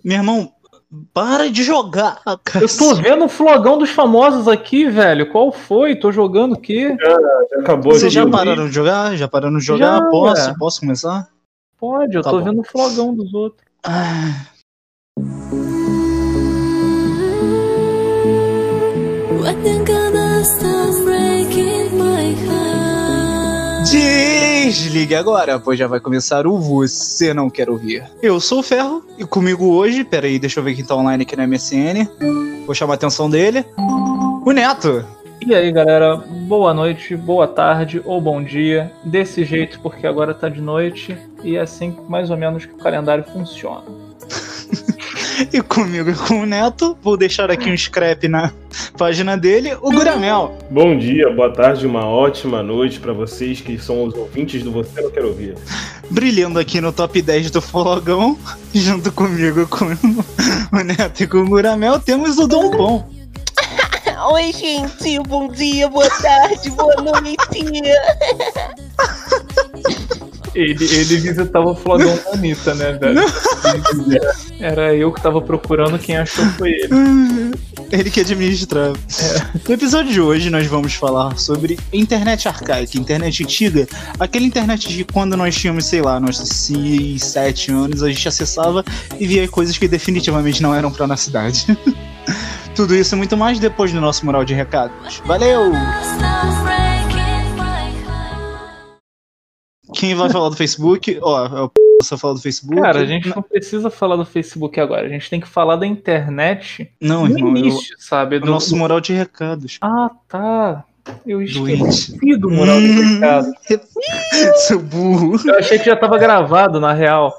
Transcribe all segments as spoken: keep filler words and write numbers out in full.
Meu irmão, para de jogar, cara. Eu tô vendo o flogão dos famosos aqui, velho. Qual foi? Tô jogando o quê? Já, já acabou. Vocês já aqui, pararam de jogar? Já pararam de jogar? Já, posso? ué. Posso começar? Pode, eu Tá tô bom. vendo o flogão dos outros. Ah, desligue agora, pois já vai começar o Você Não Quer Ouvir. Eu sou o Ferro e comigo hoje, peraí, deixa eu ver quem tá online aqui na M S N. Vou chamar a atenção dele. O Neto. E aí, galera, boa noite, boa tarde ou bom dia. Desse jeito, porque agora tá de noite e é assim mais ou menos que o calendário funciona. E comigo e com o Neto, vou deixar aqui um scrap na página dele, o Guramel. Bom dia, boa tarde, uma ótima noite pra vocês que são os ouvintes do Você Não Quer Ouvir. Brilhando aqui no top dez do Flogão, junto comigo, com o Neto e com o Guramel, temos o Dom Bom. Oi, gente, bom dia, boa tarde, boa noite. Ele, ele visitava o flogão da Anitta, né, velho? Era eu que tava procurando, quem achou foi ele. Ele que administrava. É. No episódio de hoje nós vamos falar sobre internet arcaica, internet antiga, aquela internet de quando nós tínhamos, sei lá, nossos seis, sete anos, a gente acessava e via coisas que definitivamente não eram pra nossa idade. Tudo isso e muito mais depois do nosso mural de recados. Valeu! Quem vai falar do Facebook? Ó, é o p... só falar do Facebook. Cara, a gente não precisa falar do Facebook agora. A gente tem que falar da internet não, no irmão, início, eu... sabe? O do nosso mural de recados. Ah, tá. Eu esqueci Doente. do mural de recados. Seu burro. Eu achei que já tava gravado, na real.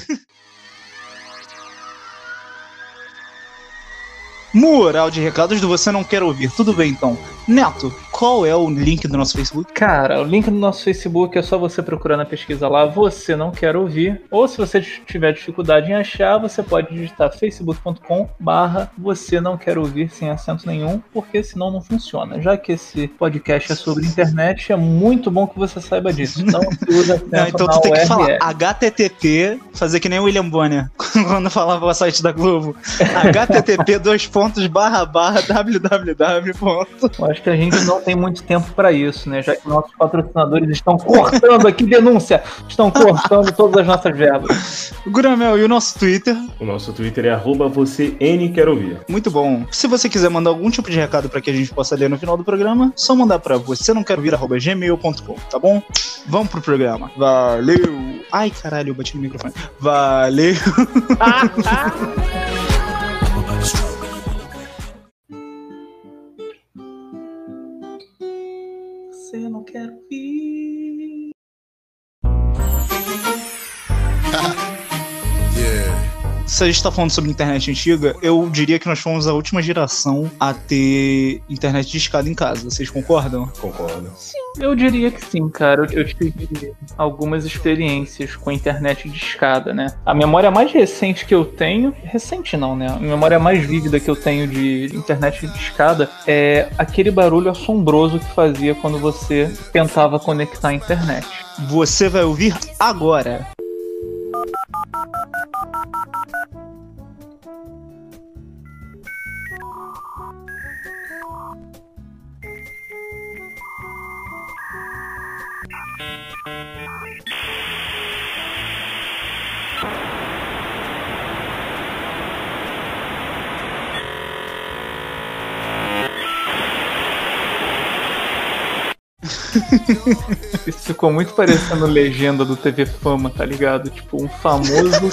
Mural de recados do Você Não Quer Ouvir. Tudo bem, então. Neto, qual é o link do nosso Facebook? Cara, o link do nosso Facebook é só você procurar na pesquisa lá, Você Não Quer Ouvir. Ou se você tiver dificuldade em achar, você pode digitar facebook ponto com barra Você Não Quer Ouvir sem acento nenhum, porque senão não funciona. Já que esse podcast é sobre internet, é muito bom que você saiba disso. Não se usa acento Não, então na tu tem U R L. que falar H T T P, fazer que nem o William Bonner, quando falava o site da Globo. H T T P dois pontos barra barra www. Acho que a gente não tem muito tempo pra isso, né? Já que nossos patrocinadores estão cortando aqui, denúncia, estão cortando todas as nossas verbas. Guramel, e o nosso Twitter? O nosso Twitter é arroba você n quer ouvir. Muito bom. Se você quiser mandar algum tipo de recado pra que a gente possa ler no final do programa, só mandar pra você não quer ouvir arroba gmail ponto com, tá bom? Vamos pro programa. Valeu! Ai, caralho, eu bati no microfone. Valeu! Você não quer ouvir. Yeah. Se a gente tá falando sobre internet antiga, eu diria que nós fomos a última geração a ter internet de escada em casa. Vocês concordam? Concordo. Eu diria que sim, cara. Eu, eu tive algumas experiências com internet de escada, né? A memória mais recente que eu tenho... Recente não, né? A memória mais vívida que eu tenho de internet de escada é aquele barulho assombroso que fazia quando você tentava conectar a internet. Você vai ouvir agora. Isso ficou muito parecendo legenda do T V Fama, tá ligado? Tipo, um famoso...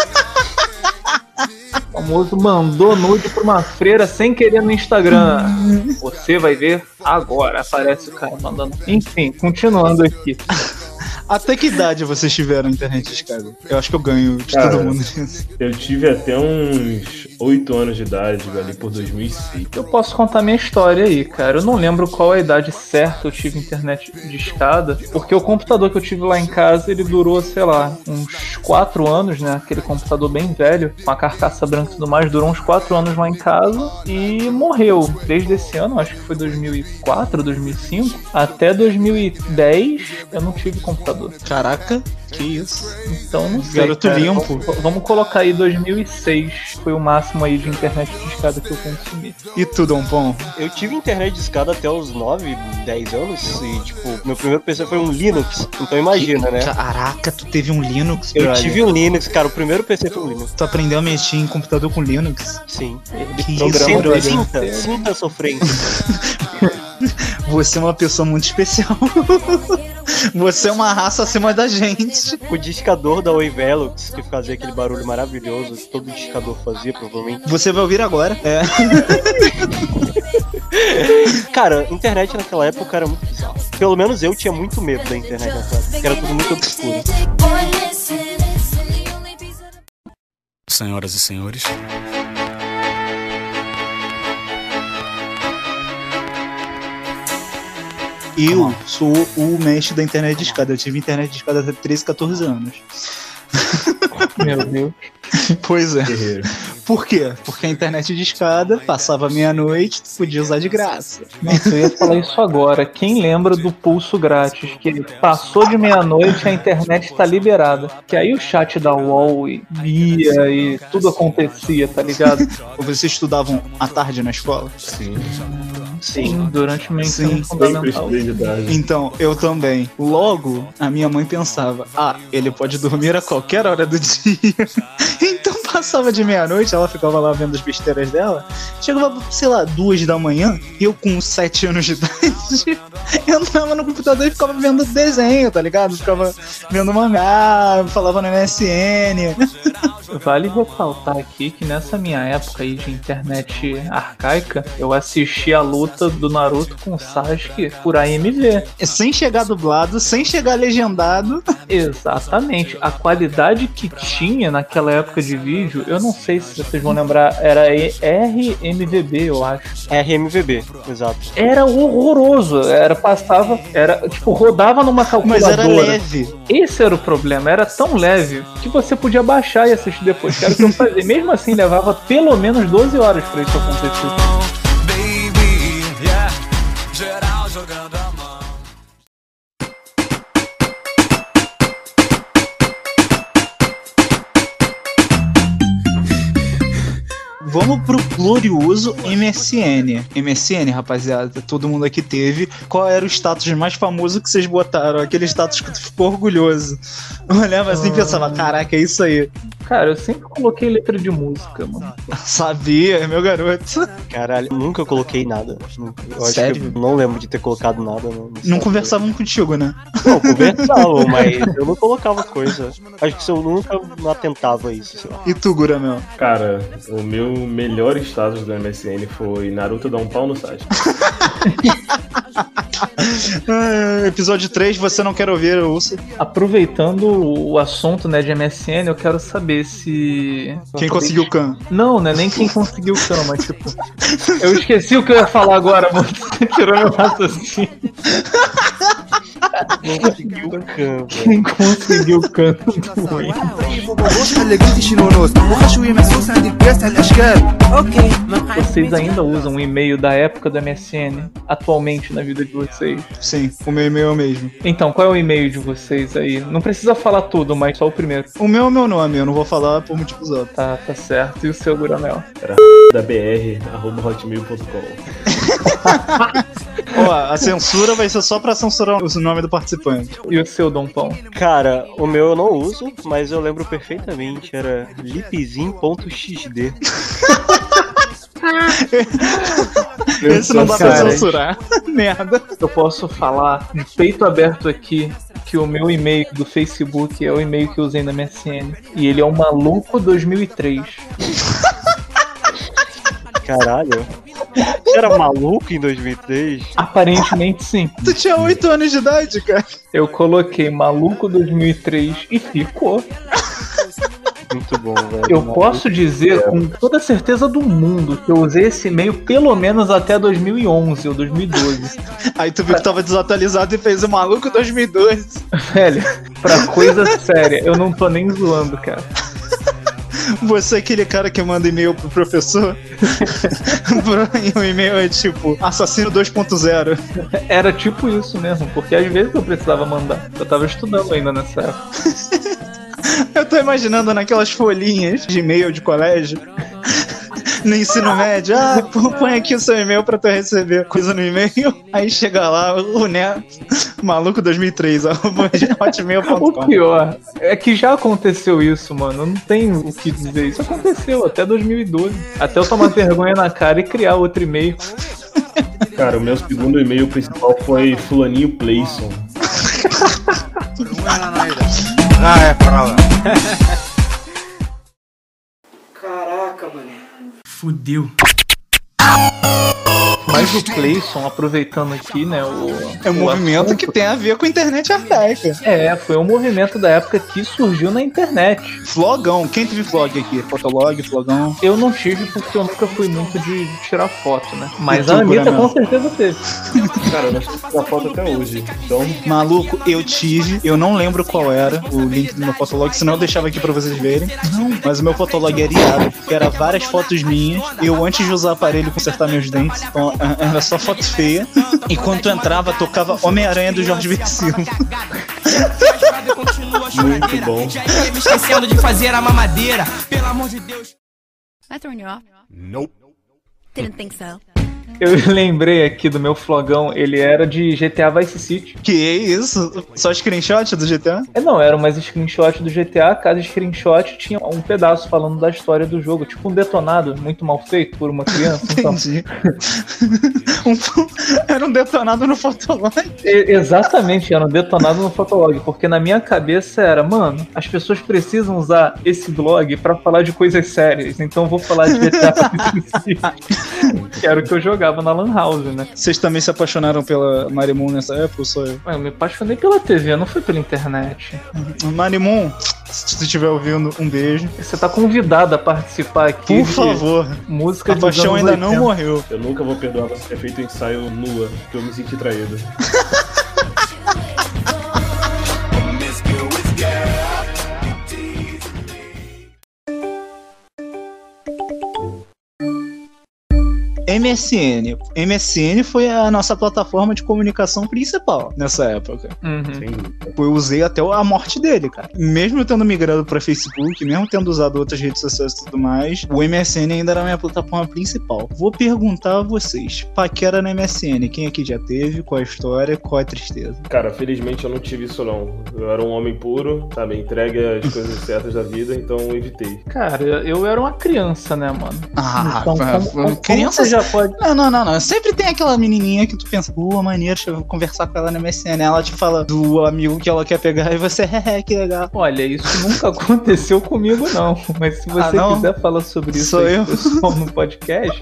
famoso mandou nude pra uma freira sem querer no Instagram. Você vai ver agora. Aparece o cara mandando... Enfim, continuando aqui. Até que idade vocês tiveram internet de escada? Eu acho que eu ganho de Cara, todo mundo nisso. Eu tive até uns oito anos de idade, ali por dois mil e seis. Eu posso contar minha história aí, cara. Eu não lembro qual a idade certa eu tive internet de escada, porque o computador que eu tive lá em casa, ele durou, sei lá, uns quatro anos, né? Aquele computador bem velho, com a carcaça branca e tudo mais, durou uns quatro anos lá em casa e morreu. Desde esse ano, acho que foi dois mil e quatro, dois mil e cinco, até dois mil e dez eu não tive computador. Caraca. Que isso? Então não sei. Garoto cara. limpo. Vamos, vamos colocar aí dois mil e seis. Foi o máximo aí de internet discada que eu consumi. E tu, Dompom? Eu tive internet discada até os nove, dez anos e, tipo, meu primeiro P C foi um Linux. Então imagina, né? Caraca, tu teve um Linux, Eu brother. tive um Linux, cara. O primeiro P C foi um Linux. Tu aprendeu a mexer em computador com Linux? Sim. Que isso, programa brother. Sinta, sinta a sofrência. Você é uma pessoa muito especial. Você é uma raça acima da gente. O discador da Oi Velux, que fazia aquele barulho maravilhoso que todo discador fazia, provavelmente. Você vai ouvir agora. É. Cara, internet naquela época era muito bizarro. Pelo menos eu tinha muito medo da internet naquela época, porque era tudo muito obscuro. Senhoras e senhores, Eu sou o mestre da internet discada. Eu tive internet discada até treze, catorze anos. Meu Deus. Pois é. Guerreiro. Por quê? Porque a internet discada passava meia-noite, tu podia usar de graça. Nossa, eu ia falar isso agora. Quem lembra do pulso grátis? Que passou de meia-noite, a internet tá liberada. Que aí o chat da U O L ia e tudo acontecia, tá ligado? Ou vocês estudavam à tarde na escola? Sim. Sim, durante o meu ensino Sim, Sempre fundamental. estudei de idade. Então, eu também. Logo, a minha mãe pensava, ah, ele pode dormir a qualquer hora do dia. Então passava de meia-noite, ela ficava lá vendo as besteiras dela. Chegava, sei lá, duas da manhã, eu com sete anos de idade, eu entrava no computador e ficava vendo desenho, tá ligado? Ficava vendo mangá, falava no M S N. Vale ressaltar aqui que nessa minha época aí de internet arcaica, eu assisti a luta do Naruto com o Sasuke por A M V. Sem chegar dublado, sem chegar legendado. Exatamente. A qualidade que tinha naquela época de vídeo, eu não sei se vocês vão lembrar, era R M V B, eu acho. R M V B, exato. Era horroroso. Era, passava, era, tipo, rodava numa Mas calculadora. era leve. Esse era o problema, era tão leve que você podia baixar e assistir depois. Que era o que eu fazia. Mesmo assim, levava pelo menos doze horas pra isso acontecer. Vamos pro glorioso M S N. M S N, rapaziada, todo mundo aqui teve. Qual era o status mais famoso que vocês botaram? Aquele status que tu ficou orgulhoso. Eu olhava assim e pensava, caraca, é isso aí. Cara, eu sempre coloquei letra de música, mano. Sabia, meu garoto. Caralho, nunca coloquei nada. Nunca. Eu acho Sério? que eu não lembro de ter colocado nada. No, no Não site. conversavam contigo, né? Não, conversavam, mas eu não colocava coisa. Acho que eu nunca não atentava a isso, sei lá. E tu, Guramel? Cara, o meu melhor status do M S N foi Naruto dá um pau no site. Ah, episódio três, você não quer ouvir, eu ouço. Aproveitando o assunto, né, de M S N, eu quero saber se... Quem conseguiu o can? Não, né, nem quem conseguiu o cama, mas tipo... Eu esqueci o que eu ia falar agora, mano. Você tirou meu raciocínio. Não conseguiu o campo. Quem conseguiu o canto do ruim? Vocês ainda usam o e-mail da época do M S N atualmente na vida de vocês? Sim, o meu e-mail é o mesmo. Então, qual é o e-mail de vocês aí? Não precisa falar tudo, mas só o primeiro. O meu é o meu nome, eu não vou falar por motivos óbvios. Tá, tá certo. E o seu, Guramel? Da br arroba hotmail ponto com. Ó, a censura vai ser só pra censurar o nome do participante. E o seu, Dompão? Cara, o meu eu não uso, mas eu lembro perfeitamente, era lipzin ponto x d. Esse não dá pra Cara, censurar. Merda. Eu posso falar de peito aberto aqui que o meu e-mail do Facebook é o e-mail que eu usei na M S N. E ele é o Maluco dois mil e três. Caralho. Você era maluco em dois mil e três? Aparentemente sim. Tu tinha oito anos de idade, cara. Eu coloquei Maluco dois mil e três e ficou. Muito bom, velho. Eu posso dizer com toda a certeza do mundo que eu usei esse e-mail pelo menos até dois mil e onze ou dois mil e doze. Aí tu viu que tava desatualizado e fez o maluco dois mil e doze. Velho, pra coisa séria, eu não tô nem zoando, cara. Você é aquele cara que manda e-mail pro professor? E o e-mail é tipo, assassino dois ponto zero. Era tipo isso mesmo, porque às vezes eu precisava mandar. Eu tava estudando ainda nessa época. Eu tô imaginando naquelas folhinhas de e-mail de colégio. No ensino médio, ah, pô, põe aqui o seu e-mail pra tu receber coisa no e-mail. Aí chega lá, o Neto, maluco dois mil e três, arroba hotmail ponto com. O pior é que já aconteceu isso, mano. Não tem o que dizer. Isso aconteceu até dois mil e doze. Até eu tomar vergonha na cara e criar outro e-mail. Cara, o meu segundo e-mail principal foi Fulaninho Playson. Ah, é prova. Caraca, mano. Fudeu. Mas o Playson, aproveitando aqui, né, o... É um o movimento assunto, que tem a ver com a internet arcaica. É, foi um movimento da época que surgiu na internet. Flogão, quem teve flog aqui? Fotolog, flogão. Eu não tive porque eu nunca fui muito de, de tirar foto, né? Mas tu, a Anitta Guramel? com certeza teve. Cara, nós temos uma foto até hoje. Então, Maluco, eu tive, eu não lembro qual era o link do meu fotolog, senão eu deixava aqui pra vocês verem. Mas o meu fotolog era irado, porque era várias fotos minhas. Eu, antes de usar aparelho, consertar meus dentes, então era só foto feia. E quando tu entrava, tocava Homem-Aranha do Jorge Versilo. muito bom. Me esquecendo de fazer a mamadeira. Pelo amor de Deus. That throwing you off? Nope. Didn't think so. Eu lembrei aqui do meu flogão, ele era de G T A Vice City. Que isso? Só screenshot do G T A? É, não, era umas screenshot do G T A, cada screenshot tinha um pedaço falando da história do jogo, tipo um detonado muito mal feito por uma criança. Então. Entendi. um, era um detonado no Fotolog. E, exatamente, era um detonado no Fotolog, porque na minha cabeça era, mano, as pessoas precisam usar esse blog pra falar de coisas sérias, então eu vou falar de G T A Vice City, que era o que eu jogava na Lan House, né? Vocês também se apaixonaram pela Marimun nessa época ou só eu? Eu me apaixonei pela T V, não foi pela internet. Marimun, se tu estiver ouvindo, um beijo. Você tá convidado a participar aqui. Por favor. Música A de paixão ainda não morreu. Eu nunca vou perdoar você ter feito ensaio nua, porque eu me senti traído. M S N. M S N foi a nossa plataforma de comunicação principal nessa época. Uhum. Sim. Eu usei até a morte dele, cara. Mesmo eu tendo migrado pra Facebook, mesmo tendo usado outras redes sociais e tudo mais, o M S N ainda era a minha plataforma principal. Vou perguntar a vocês, paquera no M S N, quem aqui já teve? Qual a história? Qual é a tristeza? Cara, felizmente eu não tive isso não. Eu era um homem puro, sabe, entregue às coisas certas da vida, então eu evitei. Cara, eu era uma criança, né, mano? Ah, então, pra- como, como, criança como você já pode... Não, não, não, não. Sempre tem aquela menininha que tu pensa, pô, maneiro, deixa eu conversar com ela no M S N. Ela te fala do amigo que ela quer pegar e você, é, que legal. Olha, isso nunca aconteceu comigo, não. Mas se você Ah, não? quiser falar sobre isso Sou aí, eu. pessoal, no podcast,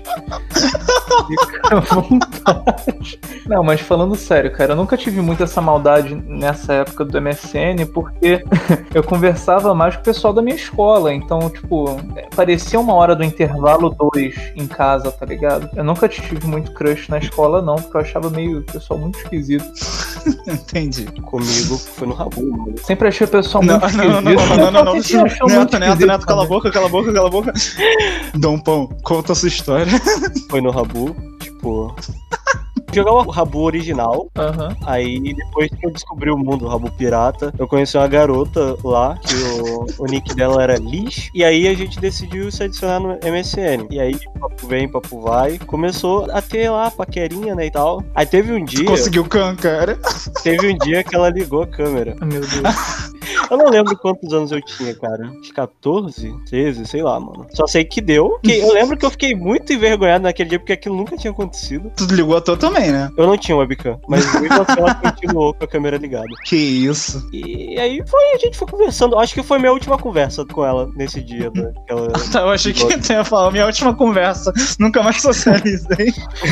fica à vontade. Não, mas falando sério, cara, eu nunca tive muito essa maldade nessa época do M S N, porque eu conversava mais com o pessoal da minha escola. Então, tipo, parecia uma hora do intervalo dois em casa, tá ligado? Eu nunca tive muito crush na escola, não, porque eu achava meio o pessoal muito esquisito. Entendi. Comigo foi no Rabu, mano. Sempre achei o pessoal Não, muito não, esquisito. não, não, não, não, não, Sempre me achou muito Neto, Neto, esquisito Neto, cala a também. boca, cala a boca, cala a boca. Dom Pão, conta a sua história. Foi no Rabu, tipo. Jogar o Rabu original. Aham. Aí depois que eu descobri o mundo do Rabu Pirata, eu conheci uma garota lá, que o, o nick dela era Lish. E aí a gente decidiu se adicionar no M S N. E aí, papo vem, papo vai. Começou a ter lá paquerinha, né, e tal. Aí teve um dia. Conseguiu can, cara. Teve um dia que ela ligou a câmera. Meu Deus. Eu não lembro quantos anos eu tinha, cara. Acho que quatorze, treze, sei lá, mano. Só sei que deu. Que eu lembro que eu fiquei muito envergonhado naquele dia, porque aquilo nunca tinha acontecido. Tu ligou a tua também, né? Eu não tinha webcam, mas mesmo assim ela continuou com a câmera ligada. Que isso. E aí foi, a gente foi conversando. Acho que foi minha última conversa com ela nesse dia. Né? Ela... Eu achei que tu ia falar, minha última conversa. Nunca mais socializei.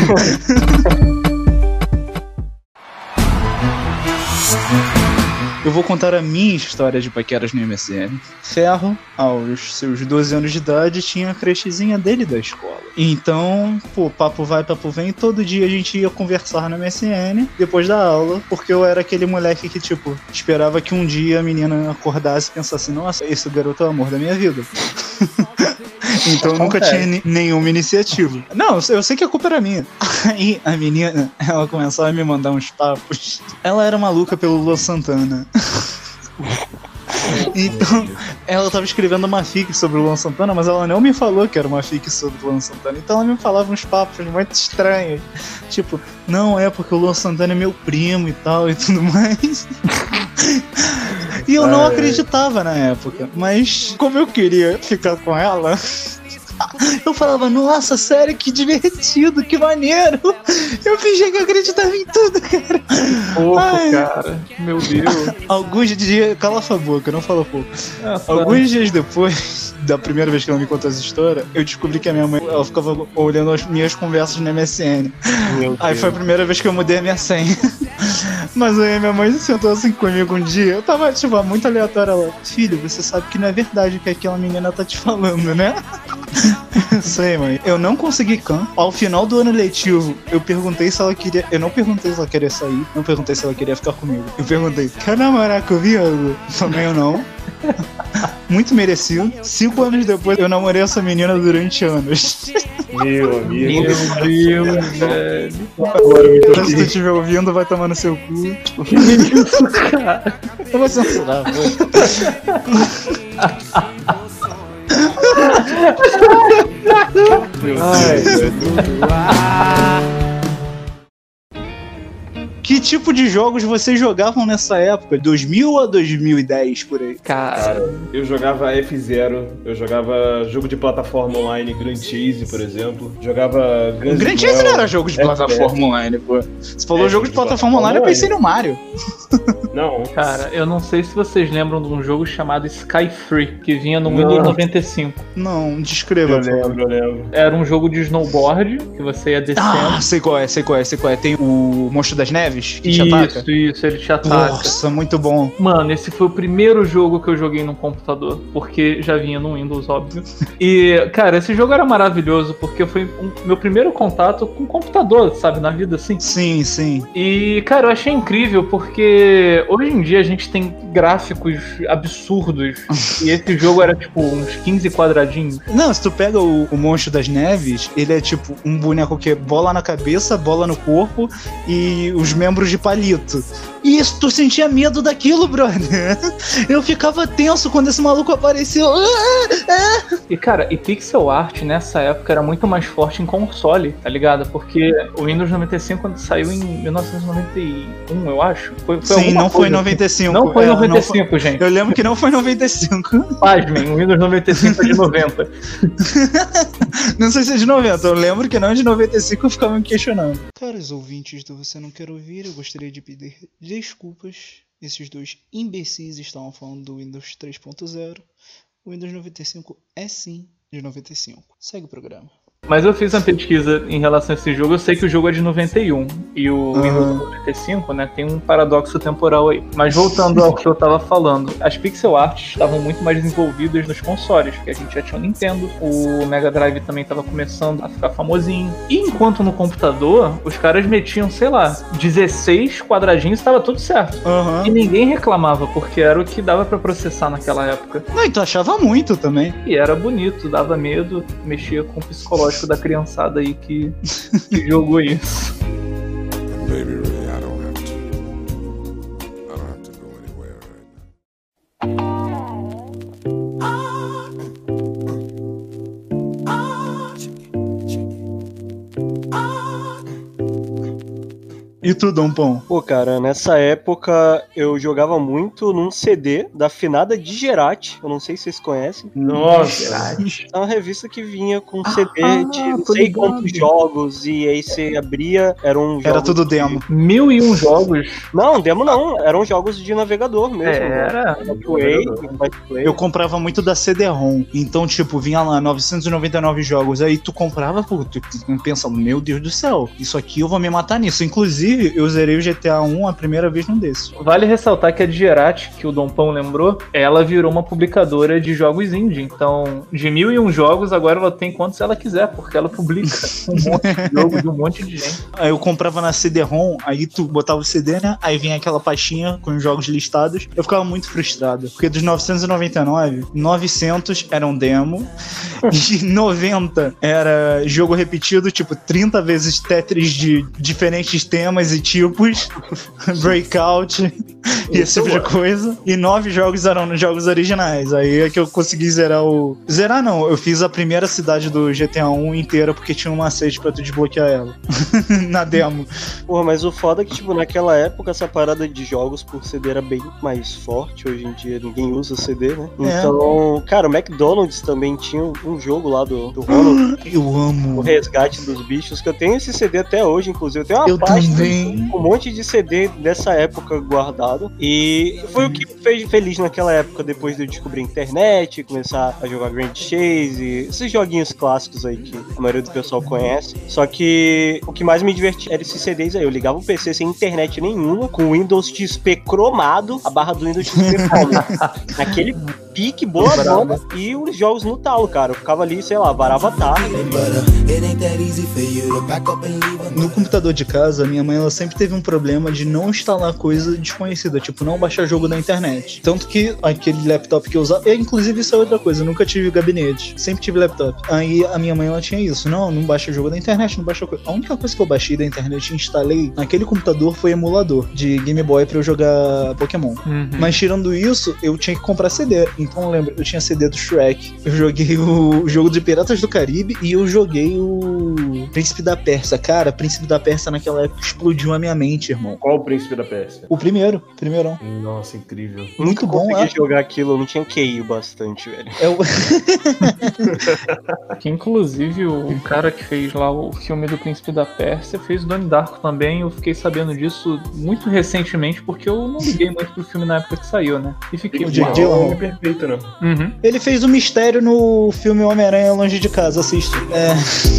Eu vou contar a minha história de paqueras no M S N. Ferro, aos seus doze anos de idade, tinha a crushzinha dele da escola. Então, pô, papo vai, papo vem, todo dia a gente ia conversar no M S N, depois da aula, porque eu era aquele moleque que, tipo, esperava que um dia a menina acordasse e pensasse, nossa, esse garoto é o amor da minha vida. Então eu nunca tinha ni- nenhuma iniciativa. Não, eu sei que a culpa era minha. Aí a menina, ela começava a me mandar uns papos. Ela era maluca pelo Luan Santana. Então, ela tava escrevendo uma fic sobre o Luan Santana, mas ela não me falou que era uma fic sobre o Luan Santana. Então ela me falava uns papos muito estranhos. Tipo, não, é porque o Luan Santana é meu primo e tal e tudo mais. E eu não acreditava na época. Mas como eu queria ficar com ela, eu falava, nossa, sério, que divertido, que maneiro. Eu fingi que eu acreditava em tudo, cara. Pouco, Ai. cara. Meu Deus. Alguns dias, cala sua boca, não fala pouco. Essa- Alguns dias depois da primeira vez que ela me contou essa história, eu descobri que a minha mãe, ela ficava olhando as minhas conversas no M S N. Meu Aí Deus. foi a primeira vez que eu mudei a minha senha. Mas aí minha mãe sentou assim comigo um dia, eu tava, tipo, muito aleatória. Ela, filho, você sabe que não é verdade o que aquela menina tá te falando, né? Eu sei, mãe. Eu não consegui can. Ao final do ano letivo, eu perguntei se ela queria. Eu não perguntei se ela queria sair. Não perguntei se ela queria ficar comigo. Eu perguntei, quer namorar comigo? Também eu não. Muito merecido. Cinco anos depois, eu namorei essa menina durante anos. Meu amigo. Meu Deus, velho. Agora eu me Se tu toquei. estiver ouvindo, vai tomar no seu cu. Que isso, cara? Eu vou censurar, vou. Que tipo de jogos vocês jogavam nessa época? dois mil a dois mil e dez, por aí? Cara, Cara, eu jogava F zero, eu jogava jogo de plataforma online, Grand Chase, por exemplo. Jogava Guns O Grand N' Chase não Roses. era jogo de F P S. plataforma online, pô. Você falou É, jogo de plataforma online, eu pensei no Mario. Não, cara, eu não sei se vocês lembram de um jogo chamado Sky Free, que vinha no Não. Windows noventa e cinco. Não, descreva, eu por favor. lembro, eu lembro. Era um jogo de snowboard, que você ia descendo. Ah, sei qual é, sei qual é, sei qual é. Tem o Monstro das Neves, que te ataca. Isso, isso, ele te ataca. Nossa, muito bom. Mano, esse foi o primeiro jogo que eu joguei no computador, porque já vinha no Windows, óbvio. E, cara, esse jogo era maravilhoso, porque foi um- meu primeiro contato com computador, sabe, na vida assim. Sim, sim. E, cara, eu achei incrível, porque hoje em dia a gente tem gráficos absurdos, e esse jogo era, tipo, uns quinze quadradinhos. Não, se tu pega o, o Monstro das Neves, ele é tipo um boneco que é bola na cabeça, bola no corpo e os membros de palito. E isso, tu sentia medo daquilo, brother. Eu ficava tenso quando esse maluco apareceu. E, cara, e pixel art nessa época era muito mais forte em console, tá ligado? Porque o Windows noventa e cinco, quando saiu em mil novecentos e noventa e um, eu acho, foi, foi Sim, alguma não foi coisa em noventa e cinco. assim. Não foi em É, noventa e não foi- cinco, gente. Eu lembro que não foi em noventa e cinco. Pasmem, o Windows noventa e cinco é de noventa. Não sei se é de noventa, eu lembro que não é de noventa e cinco, eu ficava me questionando. Caros ouvintes do Você Não Quer Ouvir, eu gostaria de pedir desculpas. Esses dois imbecis estavam falando do Windows três ponto zero. O Windows noventa e cinco é sim de noventa e cinco. Segue o programa. Mas eu fiz uma pesquisa em relação a esse jogo, eu sei que o jogo é de noventa e um. E o Ah. Windows noventa e cinco, né, tem um paradoxo temporal aí. Mas voltando ao que eu tava falando, as pixel arts estavam muito mais desenvolvidas nos consoles, porque a gente já tinha o Nintendo, o Mega Drive também tava começando a ficar famosinho. E enquanto no computador, os caras metiam, sei lá, dezesseis quadradinhos e tava tudo certo. Aham. E ninguém reclamava, porque era o que dava pra processar naquela época. Não, e tu achava muito também. E era bonito, dava medo, mexia com o psicológico da criançada aí que, que jogou isso. Baby, really, I don't have to. I don't have to go anywhere right now. E tu, Dom Pão? Pô, cara, nessa época eu jogava muito num C D da finada Digerati. Eu não sei se vocês conhecem. Nossa. É uma revista que vinha com C D Ah, de não tô sei ligado. quantos jogos. E aí você abria, eram jogos. Era tudo de- demo. Mil e um jogos. Não, demo não. Eram jogos de navegador mesmo. Era. Play, Play. Eu comprava muito da C D-ROM. Então, tipo, vinha lá novecentos e noventa e nove jogos. Aí tu comprava, pô, tu tu pensava, meu Deus do céu, isso aqui eu vou me matar nisso. Inclusive, Inclusive, eu zerei o G T A um a primeira vez num desses. Vale ressaltar que a Digerati, que o Dom Pão lembrou, ela virou uma publicadora de jogos indie. Então, de mil e um jogos, agora ela tem quantos ela quiser, porque ela publica um monte de jogo de um monte de gente. Aí eu comprava na C D-ROM, aí tu botava o C D, né? Aí vinha aquela pastinha com os jogos listados. Eu ficava muito frustrado, porque dos novecentos e noventa e nove, novecentos eram demo, e noventa era jogo repetido, tipo trinta vezes Tetris de diferentes temas e tipos, Breakout e esse tipo de coisa. E nove jogos eram nos jogos originais. Aí é que eu consegui zerar o... Zerar não, eu fiz a primeira cidade do G T A um inteira porque tinha um macete pra tu desbloquear ela. Na demo. Porra, mas o foda é que, tipo, naquela época essa parada de jogos por C D era bem mais forte. Hoje em dia ninguém usa C D, né? É. Então, cara, o McDonald's também tinha um jogo lá do, do Ronald. Eu amo. O Resgate dos Bichos, que eu tenho esse C D até hoje, inclusive. Eu tenho uma Eu pasta também. com um monte de C D dessa época guardado. E foi o que me fez feliz naquela época, depois de eu descobrir a internet, começar a jogar Grand Chase, esses joguinhos clássicos aí que a maioria do pessoal conhece. Só que o que mais me divertia era esses C Ds aí. Eu ligava o P C sem internet nenhuma, com o Windows X P cromado, a barra do Windows X P cromado. Naquele pique, boa banda, e os jogos no talo, cara. Eu ficava ali, sei lá, varava tarde. No computador de casa, minha mãe ela sempre teve um problema de não instalar coisa desconhecida, tipo, não baixar jogo da internet. Tanto que aquele laptop que eu usava, e, inclusive isso é outra coisa, eu nunca tive gabinete, sempre tive laptop. Aí a minha mãe ela tinha isso, não, não baixa jogo da internet, não baixa coisa. A única coisa que eu baixei da internet e instalei naquele computador foi emulador de Game Boy pra eu jogar Pokémon. Uhum. Mas tirando isso, eu tinha que comprar C D. Então eu lembro, eu tinha C D do Shrek, eu joguei o jogo de Piratas do Caribe e eu joguei o Príncipe da Pérsia. Cara, Príncipe da Pérsia naquela época explodiu a minha mente, irmão. Qual o Príncipe da Pérsia? O primeiro, primeirão. Nossa, incrível. Muito bom, Consegui é. jogar aquilo, eu não tinha Q I bastante, velho. É o... Que inclusive o cara que fez lá o filme do Príncipe da Pérsia fez o Donnie Darko também. Eu fiquei sabendo disso muito recentemente, porque eu não liguei muito pro filme na época que saiu, né? E fiquei... O Jake Não, Gyllenhaal. não é perfeito, não. Uhum. Ele fez o mistério no filme Homem-Aranha Longe de Casa, assiste. É...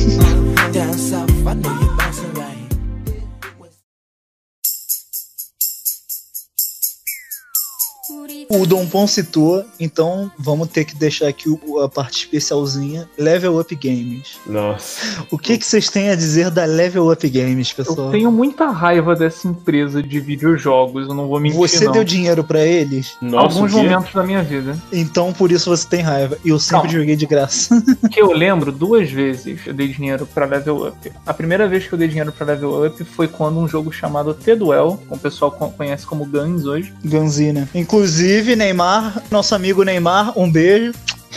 O Dom Pão citou, então vamos ter que deixar aqui o- a parte especialzinha, Level Up Games. Nossa. O que que vocês têm a dizer da Level Up Games, pessoal? Eu tenho muita raiva dessa empresa de videojogos, eu não vou mentir, Você não. deu dinheiro pra eles, Nossa, Alguns o quê? momentos da minha vida. então por isso você tem raiva. E eu sempre Calma. joguei de graça. Que eu lembro, duas vezes eu dei dinheiro pra Level Up. A primeira vez que eu dei dinheiro pra Level Up foi quando um jogo chamado T-Duel, que o pessoal co- conhece como Guns hoje. Ganzina. Inclusive, Neymar, nosso amigo Neymar, um beijo.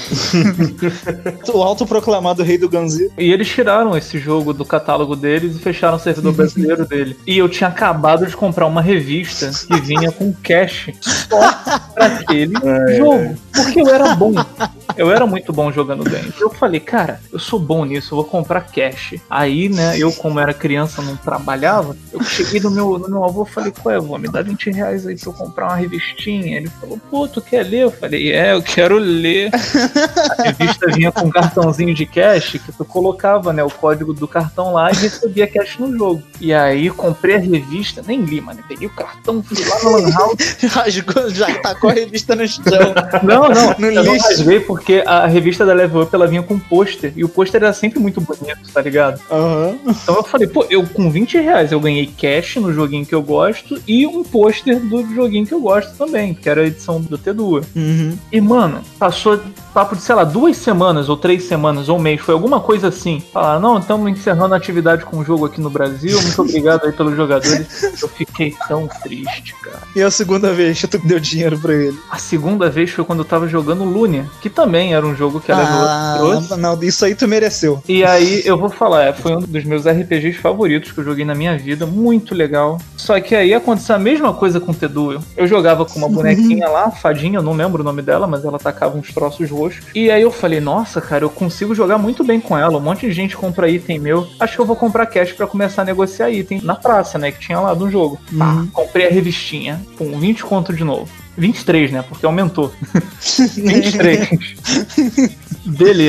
O autoproclamado rei do Ganzi. E eles tiraram esse jogo do catálogo deles e fecharam o servidor brasileiro dele. E eu tinha acabado de comprar uma revista que vinha com cash só pra aquele jogo. Porque eu era bom. Eu era muito bom jogando games. Eu falei, cara, eu sou bom nisso, eu vou comprar cash. Aí, né, eu como era criança, não trabalhava, eu cheguei no meu, no meu avô e falei, qual é, avô, me dá vinte reais aí pra eu comprar uma revistinha. Ele falou, pô, tu quer ler? Eu falei, é, eu quero ler. A revista vinha com um cartãozinho de cash que tu colocava, né, o código do cartão lá e recebia cash no jogo. E aí comprei a revista, nem li, mano, peguei o cartão, fui lá no Lan House. Rasgou, já tacou a revista no chão. Não, não, No eu não lixo. rasguei porque a revista da Level Up ela vinha com um pôster e o pôster era sempre muito bonito, tá ligado? Aham. Então eu falei, pô, eu com vinte reais eu ganhei cash no joguinho que eu gosto e um pôster do joguinho que eu gosto também, que era a edição do T dois. Uhum. E, mano, passou papo de, sei lá, duas semanas, ou três semanas, ou um mês, foi alguma coisa assim. Falaram, não, estamos encerrando a atividade com o jogo aqui no Brasil, muito obrigado aí pelos jogadores. Eu fiquei tão triste, cara. E a segunda vez que tu deu dinheiro pra ele? A segunda vez foi quando eu tava jogando Lunia, que também era um jogo que a Level Up trouxe. Ah, não, isso aí tu mereceu. E aí, eu vou falar, é, foi um dos meus R P Gs favoritos que eu joguei na minha vida, muito legal. Só que aí aconteceu a mesma coisa com o T-Duel. Eu jogava com uma bonequinha lá, fadinha, eu não lembro o nome dela, mas ela tacava uns troços roxos. E aí eu falei, nossa, cara, eu consigo jogar muito bem com ela, um monte de gente compra item meu. Acho que eu vou comprar cash pra começar a negociar item na praça, né, que tinha lá do jogo. Pá, comprei a revistinha, com vinte conto de novo. vinte e três, né, porque aumentou. vinte e três. Beleza.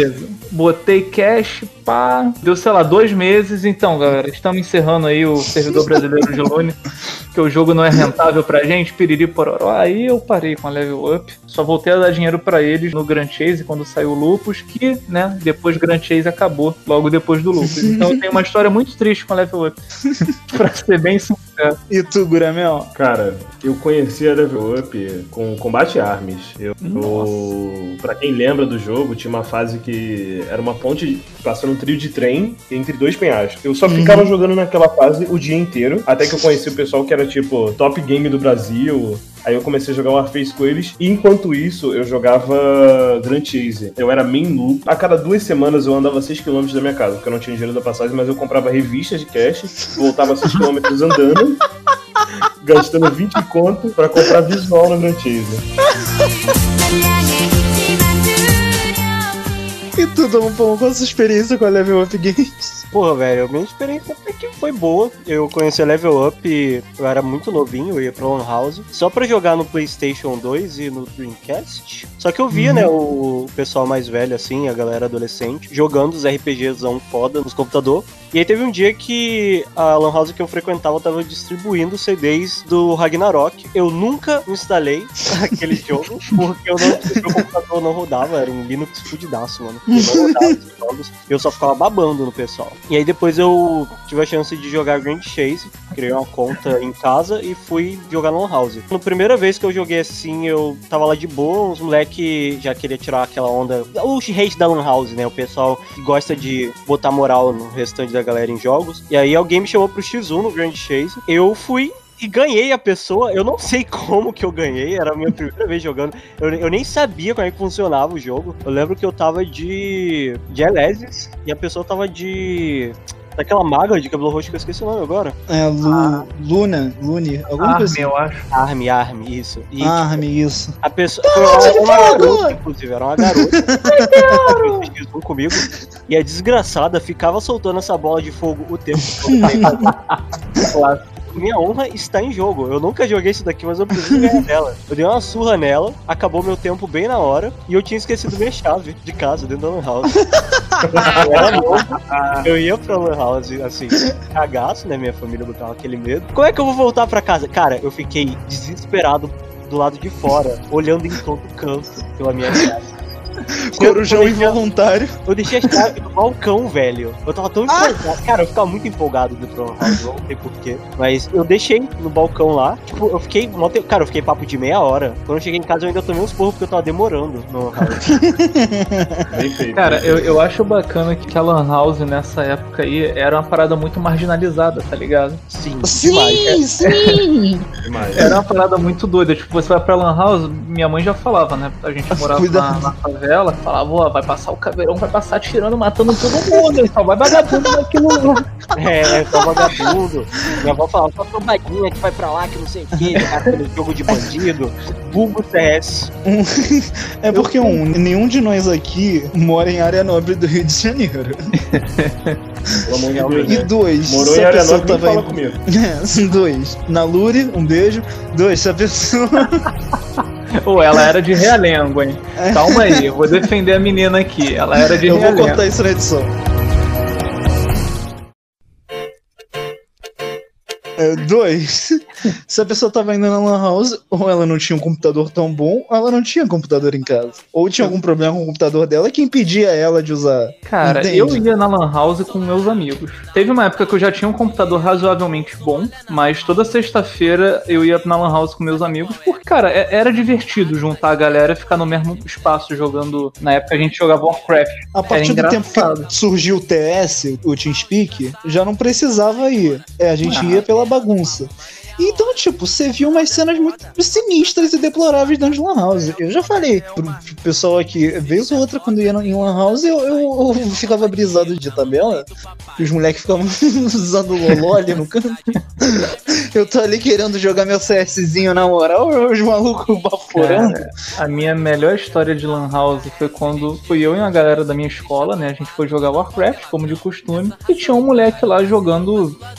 botei cash, pá, deu, sei lá, dois meses. Então, galera, estamos encerrando aí o servidor brasileiro de Lune, que o jogo não é rentável pra gente, piriri pororó. Aí eu parei com a Level Up, só voltei a dar dinheiro pra eles no Grand Chase, quando saiu o Lupus, que, né, depois o Grand Chase acabou, logo depois do Lupus. Então eu tenho uma história muito triste com a Level Up, pra ser bem sincero. E tu, Guramel? Cara, eu conheci a Level Up com Combate Arms. Eu, eu, pra quem lembra do jogo, tinha uma fase que era uma ponte passando um trio de trem entre dois penhascos. Eu só ficava uhum. jogando naquela fase o dia inteiro, até que eu conheci o pessoal que era tipo top game do Brasil. Aí eu comecei a jogar Warface com eles, e enquanto isso eu jogava Grand Chase. Eu era main noob. A cada duas semanas eu andava seis quilômetros da minha casa, porque eu não tinha dinheiro da passagem, mas eu comprava revistas de cash, voltava seis quilômetros andando, gastando vinte conto pra comprar visual no Grand Chase. E tu, Dom Pão, qual a sua experiência com a Level Up Games? Porra, velho, a minha experiência até que foi boa. Eu conheci a Level Up, eu era muito novinho, eu ia pra Lan House, só pra jogar no PlayStation dois e no Dreamcast. Só que eu via, uhum. né, o pessoal mais velho, assim, a galera adolescente, jogando os RPGzão foda nos computadores. E aí teve um dia que a Lan House que eu frequentava tava distribuindo C Ds do Ragnarok. Eu nunca instalei aquele jogo, porque eu não, meu computador não rodava, era um Linux fudidaço, mano. Eu não rodava esses jogos, eu só ficava babando no pessoal. E aí depois eu tive a chance de jogar Grand Chase, criei uma conta em casa e fui jogar no Lan House. Na primeira vez que eu joguei assim, eu tava lá de boa, uns moleque já queria tirar aquela onda, o hate da Lan House, né? O pessoal que gosta de botar moral no restante da galera em jogos. E aí alguém me chamou pro X um no Grand Chase. Eu fui e ganhei a pessoa. Eu não sei como que eu ganhei, era a minha primeira vez jogando. Eu, eu nem sabia como é que funcionava o jogo. Eu lembro que eu tava de de Elesis e a pessoa tava de daquela maga de cabelo roxo que eu esqueci o nome agora. É, Lu, ah. Luna, Lune, alguma Arme, coisa. eu acho. Arme, Arme, isso. E, Arme, tipo, isso. A pessoa. Era uma garota, inclusive, era uma garota. um comigo. E a desgraçada ficava soltando essa bola de fogo o tempo todo. Minha honra está em jogo. Eu nunca joguei isso daqui, mas eu preciso ganhar dela. Eu dei uma surra nela, acabou meu tempo bem na hora, e eu tinha esquecido minha chave de casa dentro da Lan House. Eu era novo, eu ia pra Lan House, assim, cagaço, né? Minha família botava aquele medo. Como é que eu vou voltar pra casa? Cara, eu fiquei desesperado do lado de fora, olhando em todo canto pela minha casa. Corujão eu involuntário. Eu deixei a chave no balcão, velho. Eu tava tão empolgado. Ah. Cara, eu ficava muito empolgado do Tron House, não sei porquê. Mas eu deixei no balcão lá. Tipo, eu fiquei. Cara, eu fiquei papo de meia hora. Quando eu cheguei em casa, eu ainda tomei uns porros porque eu tava demorando no House. Bem feito. Cara, eu, eu acho bacana que a Lan House nessa época aí era uma parada muito marginalizada, tá ligado? Sim, sim, demais. Sim. Demais. Era uma parada muito doida. Tipo, você vai pra Lan House, minha mãe já falava, né? A gente morava na, na favela. Ela falava, ó, vai passar o caveirão, vai passar atirando, matando todo mundo, ele só vai vagabundo naquilo lá. É, só vagabundo. Minha avó falava, só trombadinha que vai pra lá, que não sei o que, aquele jogo de bandido, vulgo C S. É porque, um, nenhum de nós aqui mora em área nobre do Rio de Janeiro. Realmente, e dois, morou se em a área pessoa nobre, tava fala indo... comigo. É, dois, na Lure, um beijo. Dois, se a pessoa... Ou ela era de Realengo, hein? Calma aí, eu vou defender a menina aqui. Ela era de eu Realengo. Eu vou cortar isso na edição. É, dois, se a pessoa tava indo na Lan House, ou ela não tinha um computador tão bom, ou ela não tinha computador em casa. Ou tinha algum problema com o computador dela que impedia ela de usar. Cara, Entende? eu ia na Lan House com meus amigos. Teve uma época que eu já tinha um computador razoavelmente bom, mas toda sexta-feira eu ia na Lan House com meus amigos, porque, cara, era divertido juntar a galera e ficar no mesmo espaço jogando. Na época a gente jogava Warcraft. A partir do tempo que surgiu o T S, o TeamSpeak, já não precisava ir. É, a gente ah. ia pela bagunça. Então, tipo, você viu umas cenas muito sinistras e deploráveis dentro de Lan House. Eu já falei pro, pro pessoal aqui, vez ou outra, quando ia em Lan House, eu, eu, eu ficava brisado de tabela, e os moleques ficavam usando o loló ali no canto. Eu tô ali querendo jogar meu CSzinho na moral, os malucos baforando. Cara, a minha melhor história de Lan House foi quando fui eu e uma galera da minha escola, né? A gente foi jogar Warcraft, como de costume, e tinha um moleque lá jogando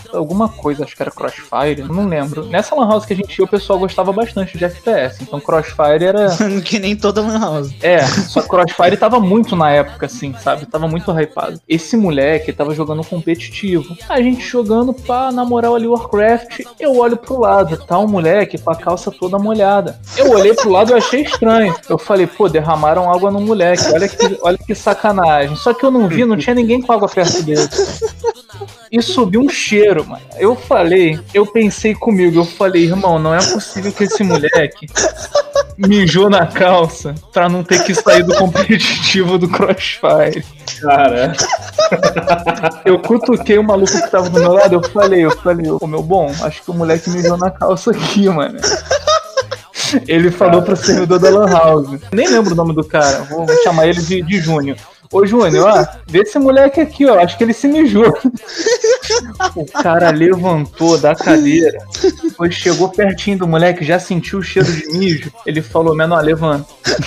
alguma coisa, acho que era Crossfire, não lembro. Nessa lan house que a gente ia, o pessoal gostava bastante de F P S, então Crossfire era... Que nem toda lan house. É, só que Crossfire tava muito na época, assim, sabe? Tava muito hypado. Esse moleque tava jogando competitivo. A gente jogando pra, na moral ali, Warcraft, eu olho pro lado, tá um moleque com a calça toda molhada. Eu olhei pro lado e achei estranho. Eu falei, pô, derramaram água no moleque, olha que, olha que sacanagem. Só que eu não vi, não tinha ninguém com água perto dele. E subiu um cheiro, mano. Eu falei, eu pensei comigo, eu falei, irmão, não é possível que esse moleque mijou na calça pra não ter que sair do competitivo do Crossfire. Cara. Eu cutuquei o maluco que tava do meu lado, eu falei, eu falei, ô meu bom, acho que o moleque mijou na calça aqui, mano. Ele falou pro servidor da Lan House. Nem lembro o nome do cara, vou chamar ele de, de Júnior. Ô Júnior, ó, vê esse moleque aqui, ó, acho que ele se mijou. O cara levantou da cadeira, depois chegou pertinho do moleque, já sentiu o cheiro de mijo. Ele falou, menor, levanta.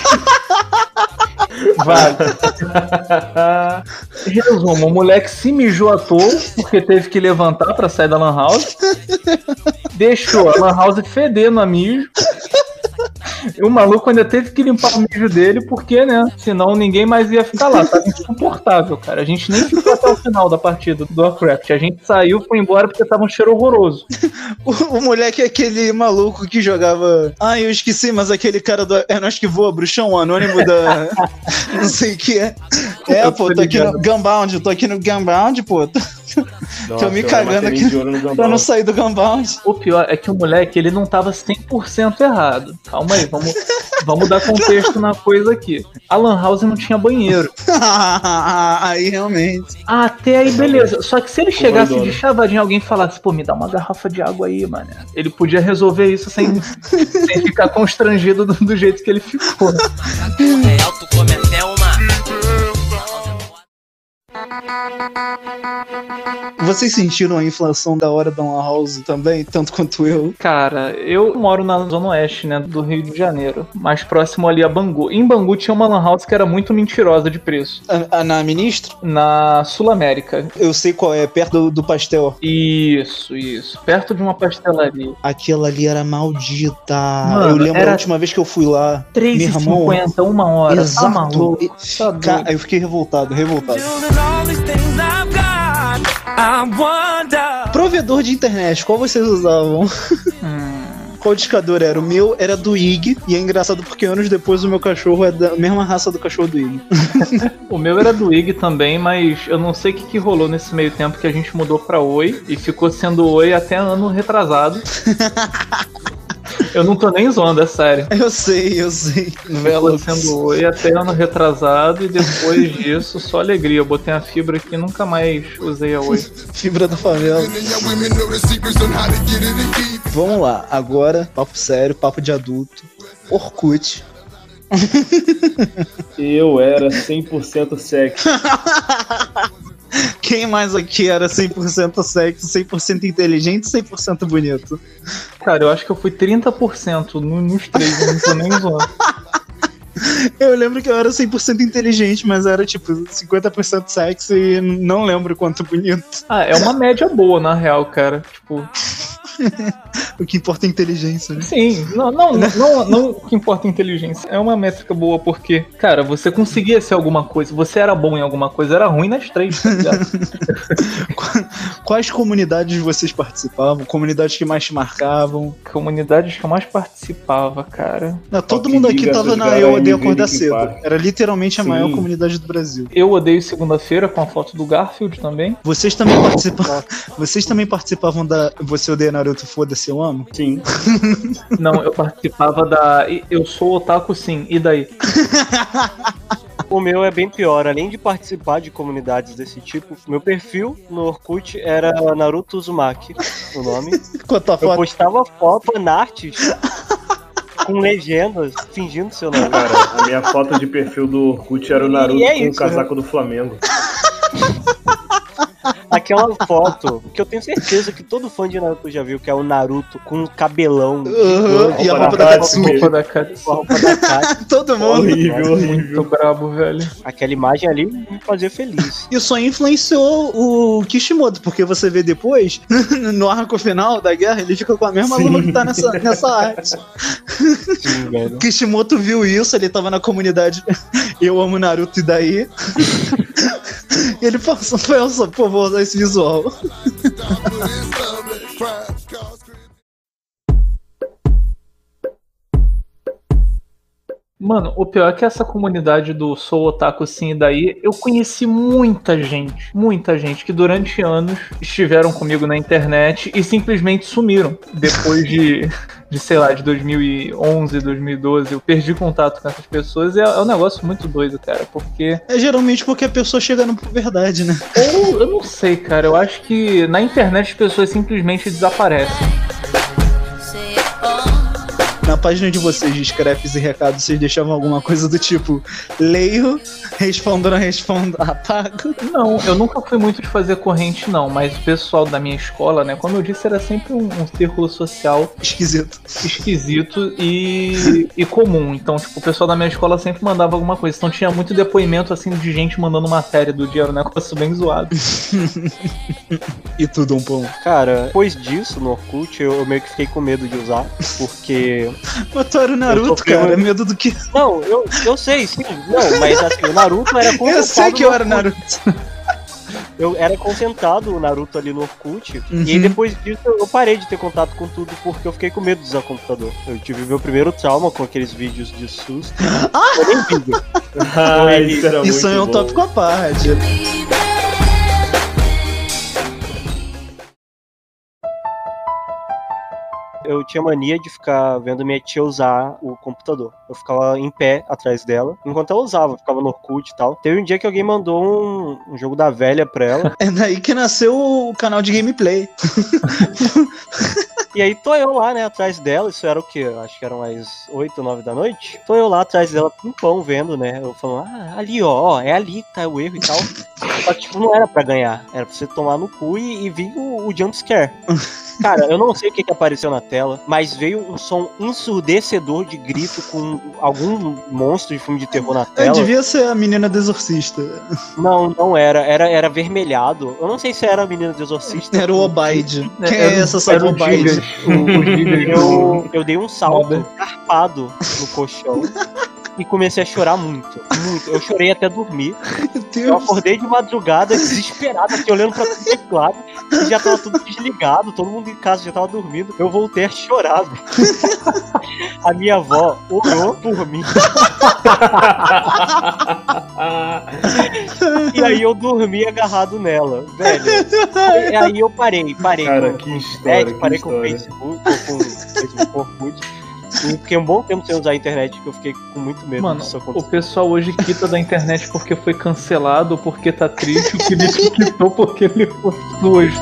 Vai. Resumo, o moleque se mijou à toa, porque teve que levantar pra sair da Lan House. Deixou a Lan House fedendo a mijo. E o maluco ainda teve que limpar o mijo dele, porque, né? Senão ninguém mais ia ficar lá. Tava insuportável, cara. A gente nem ficou até o final da partida do Warcraft. A gente saiu, foi embora porque tava um cheiro horroroso. O, o moleque é aquele maluco que jogava. Ah, eu esqueci, mas aquele cara do. É nós que voa, bruxão, anônimo da. Não sei o que é. É, Eu pô, tô tô aqui ligado. no Gunbound, tô aqui no Gunbound, pô. Tô, Nossa, tô me eu cagando matei aqui de ouro no Gunbound. pra não sair do Gunbound. O pior é que o moleque, ele não tava cem por cento errado. Calma aí, vamos, vamos dar contexto na coisa aqui. A Lan House não tinha banheiro. Aí realmente. Até aí, beleza. Só que se ele chegasse dono. de chavadinha e alguém falasse, pô, me dá uma garrafa de água aí, mano. Ele podia resolver isso sem, sem ficar constrangido do, do jeito que ele ficou. Vocês sentiram a inflação da hora da Lan House também, tanto quanto eu? Cara, eu moro na zona oeste, né, do Rio de Janeiro, mais próximo ali a Bangu. Em Bangu tinha uma lan house que era muito mentirosa de preço. A, a, na Ministro? Na Sul América. Eu sei qual é, perto do, do pastel. Isso, isso. Perto de uma pastelaria. Aquela ali era maldita. Mano, eu lembro era a última vez que eu fui lá. três e cinquenta, uma hora. Exato. Tá maluco? Tá doido. Cara, eu fiquei revoltado, revoltado. Provedor de internet, qual vocês usavam? Hum. Qual discador era? O meu era do I G, e é engraçado porque anos depois o meu cachorro é da mesma raça do cachorro do I G. O meu era do I G também, mas eu não sei o que, que rolou nesse meio tempo que a gente mudou pra Oi, e ficou sendo Oi até ano retrasado. Eu não tô nem zoando, é sério. Eu sei, eu sei. Ficou Vela sendo Oi até ano retrasado, e depois disso só alegria. Eu botei a fibra aqui e nunca mais usei a Oi. Fibra da favela. Vamos lá, agora, papo sério, papo de adulto. Orkut. Eu era cem por cento sexy. Quem mais aqui era cem por cento sexy, cem por cento inteligente, cem por cento bonito? Cara, eu acho que eu fui trinta por cento no- nos três, eu não tô nem zoando. Eu lembro que eu era cem por cento inteligente, mas era tipo cinquenta por cento sexy e não lembro quanto bonito. Ah, é uma média boa, na real, cara. Tipo, O que importa é a inteligência, né? sim, não, não, não, não o que importa é a inteligência. É uma métrica boa porque, cara, você conseguia ser alguma coisa, você era bom em alguma coisa, era ruim nas três, tá ligado? Quais comunidades vocês participavam? Comunidades que mais te marcavam? Comunidades que eu mais participava, cara. Não, todo Rock mundo aqui Liga, tava na Edgar, Eu Odeio M V, Acordar Linkin Cedo. Park. Era literalmente a Sim. maior comunidade do Brasil. Eu odeio segunda-feira com a foto do Garfield também. Vocês também participavam. Vocês também participavam da Você Odeia Naruto, foda-se, eu amo? Sim. Não, eu participava da Eu Sou Otaku Sim, e daí? O meu é bem pior. Além de participar de comunidades desse tipo, meu perfil no Orkut era Naruto Uzumaki, o nome. Com a tua Eu foto. postava foto, fanarts, com legendas, fingindo seu nome. Cara, a minha foto de perfil do Orkut era o Naruto E é com o isso, casaco do Flamengo. aquela foto que eu tenho certeza que todo fã de Naruto já viu, que é o Naruto com um cabelão. Uhum, e a roupa da Katsuki. Roupa da Katsuki. A roupa da Katsuki. Todo mundo. Horrível, horrível. Muito brabo, velho. Aquela imagem ali me fazia feliz. Isso aí influenciou o Kishimoto, porque você vê depois, no arco final da guerra, ele fica com a mesma Sim. luva que tá nessa, nessa arte. Sim, velho. Kishimoto viu isso, ele tava na comunidade Eu Amo Naruto e daí. E ele passou, pensou, pô, vou usar esse visual. Mano, o pior é que essa comunidade do Sou Otaku Sim e Daí, eu conheci muita gente, muita gente que durante anos estiveram comigo na internet e simplesmente sumiram. Depois de, de sei lá, de dois mil e onze, dois mil e doze, eu perdi contato com essas pessoas e é, é um negócio muito doido, cara, porque... É geralmente porque a pessoa chega na puberdade, né? Ou, eu não sei, cara, eu acho que na internet as pessoas simplesmente desaparecem. Na página de vocês de scraps e recados, vocês deixavam alguma coisa do tipo: leio, respondo, não respondo, apago? Não, eu nunca fui muito de fazer corrente, não, mas o pessoal da minha escola, né, como eu disse, era sempre um, um círculo social Esquisito. esquisito e, e comum. Então, tipo, o pessoal da minha escola sempre mandava alguma coisa. Então tinha muito depoimento, assim, de gente mandando matéria do dia, era um negócio bem zoado. E tudo um pão. Cara, depois disso, no Orkut, eu, eu meio que fiquei com medo de usar, porque... Mas tu era o Naruto, cara, medo do que? Não, eu, eu sei, sim. Não, mas assim, o Naruto era concentrado. Eu sei que eu era no Orkut. Naruto. Eu era concentrado o Naruto ali no Orkut. Uhum. E aí depois disso eu parei de ter contato com tudo porque eu fiquei com medo de usar computador. Eu tive meu primeiro trauma com aqueles vídeos de susto. Eu nem vídeo. Ah, isso era Isso muito é um bom. tópico à parte. Eu tinha mania de ficar vendo minha tia usar o computador. Eu ficava em pé atrás dela, enquanto ela usava, eu ficava no Orkut e tal. Teve um dia que alguém mandou um, um jogo da velha pra ela. É daí que nasceu o canal de gameplay. E aí tô eu lá, né, atrás dela, isso era o quê? Acho que eram mais oito, nove da noite. Tô eu lá atrás dela, pimpão, vendo, né, eu falando, ah, ali, ó, ó, é ali que tá o erro e tal. Só que, tipo, não era pra ganhar, era pra você tomar no cu e, e vir o, o jumpscare. Cara, eu não sei o que que apareceu na tela, mas veio um som ensurdecedor de grito com algum monstro de filme de terror na Eu tela. devia ser a menina do Exorcista. Não, não era, era, era vermelhado. Eu não sei se era a menina do Exorcista. Era o Obaide. Quem Era- é essa, era sabe, o Obaide? Gigas, o, o Gigas do- Eu, eu dei um salto Moda. carpado no colchão e comecei a chorar muito, muito. Eu chorei até dormir. Meu Eu Deus. acordei de madrugada, desesperado, aqui olhando pra tudo que é lado, e já tava tudo desligado, todo mundo em casa já tava dormindo. Eu voltei a chorar, velho. A minha avó orou por mim. E aí eu dormi agarrado nela, velho. E aí eu parei, parei Cara, com que com história, internet, que parei com o história. Facebook, com o Facebook Orkut. E fiquei um bom tempo sem usar a internet, porque eu fiquei com muito medo Mano, disso o acontecer. pessoal hoje quita da internet porque foi cancelado, porque tá triste, o Felipe quitou porque ele foi hoje.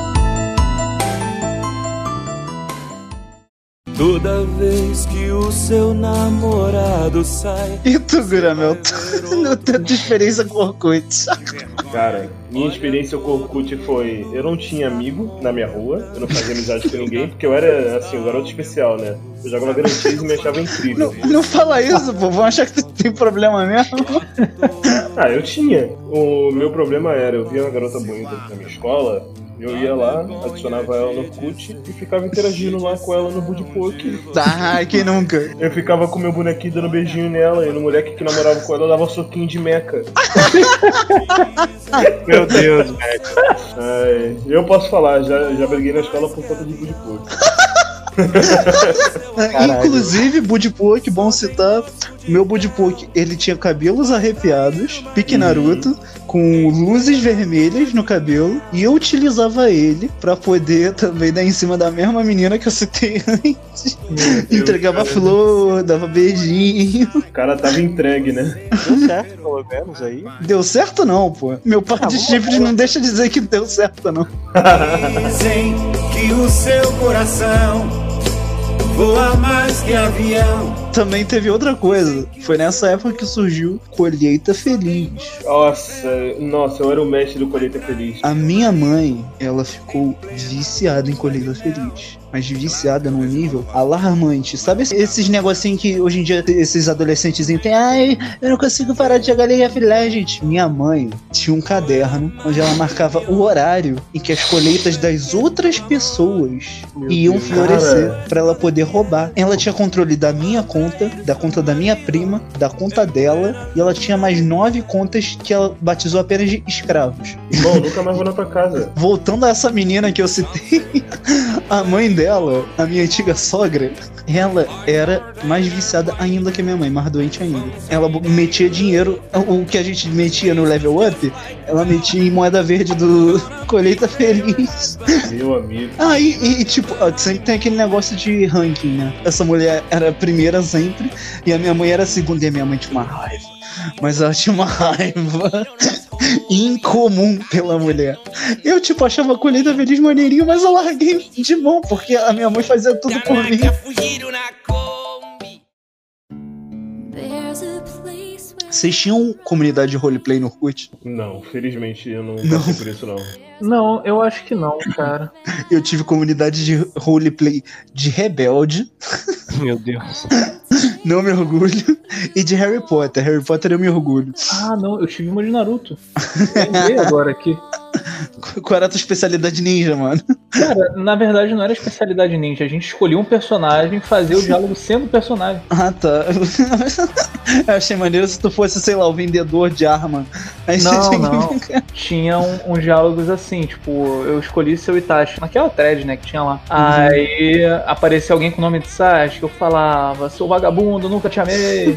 Toda vez que o seu namorado sai. E tu, Guramel? Não tem tua experiência com o Orkut. Cara, minha experiência com o Orkut foi... Eu não tinha amigo na minha rua, eu não fazia amizade com ninguém, porque eu era, assim, um garoto especial, né? Eu jogava Grand Chase e me achava incrível. Não, não fala isso, pô. Vão achar que tu tem problema mesmo. Ah, eu tinha. O meu problema era, eu via uma garota bonita na minha escola, eu ia lá, adicionava ela no Orkut e ficava interagindo lá com ela no Budipoke. Tá, quem nunca? Eu ficava com meu bonequinho dando beijinho nela, e no moleque que namorava com ela, eu dava soquinho de meca. Meu Deus, velho. Ai, eu posso falar, já, já briguei na escola por conta de Budipoke. Caralho. Inclusive, Budipoke, bom citar, meu Budipoke, ele tinha cabelos arrepiados, pique Naruto, com luzes vermelhas no cabelo, e eu utilizava ele pra poder também dar em cima da mesma menina que eu citei antes. Entregava cara. flor, dava beijinho. O cara tava entregue, né? Deu certo, pelo menos, aí. Deu certo não, pô. Meu par Ah, de vamos chifres lá. não deixa dizer que deu certo não. Dizem que o seu coração voa mais que avião. Também teve outra coisa. Foi nessa época que surgiu Colheita Feliz. Nossa, nossa, eu era o mestre do Colheita Feliz. A minha mãe, ela ficou viciada em Colheita Feliz. Mas viciada num nível alarmante. Sabe esses negocinhos que hoje em dia esses adolescentes têm? Ai, eu não consigo parar de jogar League of Legends. Minha mãe tinha um caderno onde ela marcava o horário em que as colheitas das outras pessoas Meu iam Deus, florescer cara. Pra ela poder roubar. Ela tinha controle da minha conta, da conta da minha prima, da conta dela, e ela tinha mais nove contas que ela batizou apenas de escravos. Bom, nunca mais vou na tua casa. Voltando a essa menina que eu citei, a mãe dela dela, a minha antiga sogra, ela era mais viciada ainda que a minha mãe, mais doente ainda. Ela metia dinheiro, o que a gente metia no level up, ela metia em moeda verde do Colheita Feliz. Meu amigo. Ah, e, e tipo, sempre tem aquele negócio de ranking, né? Essa mulher era a primeira sempre, e a minha mãe era a segunda, e a minha mãe tinha uma raiva. Mas ela tinha uma raiva incomum pela mulher. Eu, tipo, achava a Colheita Feliz maneirinho, mas eu larguei de mão, porque a minha mãe fazia tudo por mim. Vocês tinham comunidade de roleplay no Orkut? Não, felizmente eu não Não. passei por isso não. Não, eu acho que não, cara. Eu tive comunidade de roleplay de Rebelde. Meu Deus. Não me orgulho. E de Harry Potter. Harry Potter eu me orgulho. Ah, não, eu tive uma de Naruto. Lembrei agora aqui. Qual era a tua especialidade ninja, mano? Cara, na verdade não era especialidade ninja. A gente escolhia um personagem e fazia o diálogo sendo o personagem. Ah, tá. Eu achei maneiro se tu fosse, sei lá, o vendedor de arma. Aí não, você tinha não. que... Tinha um, uns diálogos assim, tipo, eu escolhi seu Itachi. Naquela thread, né, que tinha lá. Uhum. Aí aparecia alguém com o nome de Sasuke, eu falava, seu vagabundo, nunca te amei.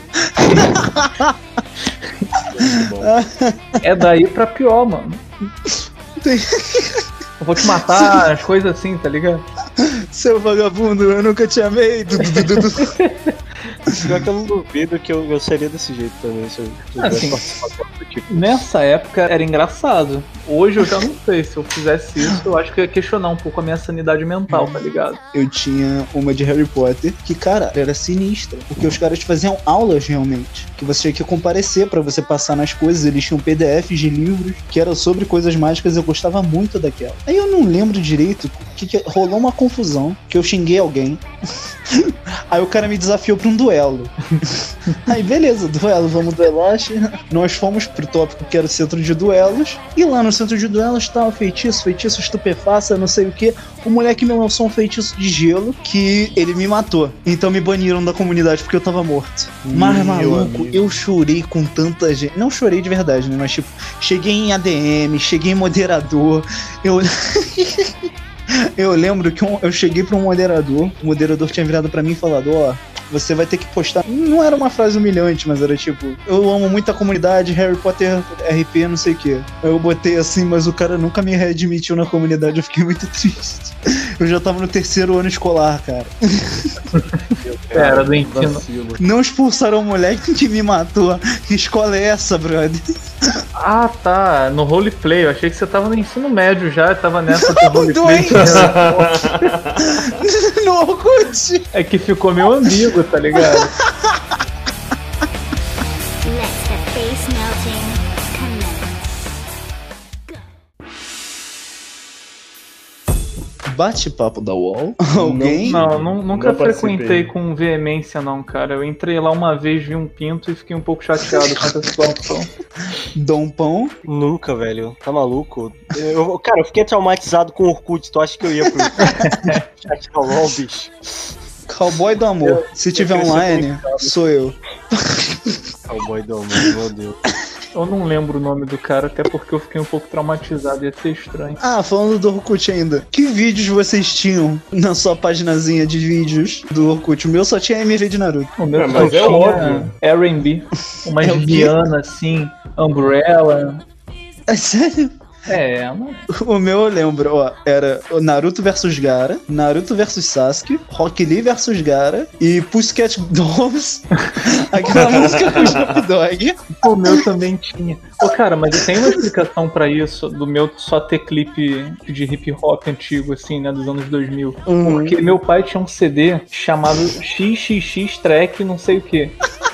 É daí pra pior, mano. Tem... Eu vou te matar, as coisas assim, tá ligado? Seu vagabundo, eu nunca te amei. Pior que eu não duvido que eu, eu seria desse jeito também. Se eu assim, nessa época era engraçado. Hoje eu já não sei. Se eu fizesse isso, eu acho que eu ia questionar um pouco a minha sanidade mental, tá ligado? Eu tinha uma de Harry Potter que, cara, era sinistra. Porque os caras faziam aulas realmente. Que você tinha que comparecer pra você passar nas coisas. Eles tinham P D Fs de livros que eram sobre coisas mágicas. Eu gostava muito daquela. Aí eu não lembro direito que, que rolou uma confusão. Que eu xinguei alguém. Aí o cara me desafiou pra um duelo. Aí beleza, duelo, vamos duelar. Nós fomos pro tópico que era o centro de duelos. E lá no centro de duelos tava feitiço, feitiço estupefaça, não sei o que. O moleque me lançou um feitiço de gelo que ele me matou. Então me baniram da comunidade porque eu tava morto. Mas Meu maluco, amigo. eu chorei com tanta gente. Não chorei de verdade, né? Mas tipo, cheguei em A D M, cheguei em moderador. Eu... Eu lembro que um, eu cheguei pra um moderador, o moderador tinha virado pra mim e falado, ó, oh, você vai ter que postar. Não era uma frase humilhante, mas era tipo, eu amo muito a comunidade, Harry Potter, R P, não sei o que. Eu botei assim, mas o cara nunca me readmitiu na comunidade, eu fiquei muito triste. Eu já tava no terceiro ano escolar, cara. Era do ensino. Não expulsaram o moleque que me matou. Que escola é essa, brother? Ah, tá. No roleplay. Eu achei que você tava no ensino médio já. Tava nessa do roleplay. No Orkut. É que ficou meio ambíguo, tá ligado? Let the face melting commence. Bate-papo da U O L? Alguém? Não, não nunca Não frequentei participei. com veemência, não, cara. Eu entrei lá uma vez, vi um pinto e fiquei um pouco chateado com essa situação. Dompão? Nunca, velho. Tá maluco? Eu, cara, eu fiquei traumatizado com o Orkut. Tu acha que eu ia pro chat da U O L, bicho? Cowboy do amor. Eu- Se eu tiver cresci online, conectado. sou eu. Cowboy do amor, meu Deus. Eu não lembro o nome do cara, até porque eu fiquei um pouco traumatizado. Ia ser estranho. Ah, falando do Orkut ainda. Que vídeos vocês tinham na sua paginazinha de vídeos do Orkut? O meu só tinha M V de Naruto. O meu É, só mas é tinha óbvio. R and B. Umas É o quê? Diana, assim, Umbrella. É sério? É, mano. O meu eu lembro, ó, era o Naruto versus Gaara, Naruto versus Sasuke, Rock Lee versus Gaara e Pussycat Dolls, aquela música com o Snoop Dogg. O meu também tinha. Pô, cara, mas eu tenho uma explicação pra isso, do meu só ter clipe de hip hop antigo, assim, né, dos anos dois mil. Uhum. Porque meu pai tinha um C D chamado X X X Track não sei o que.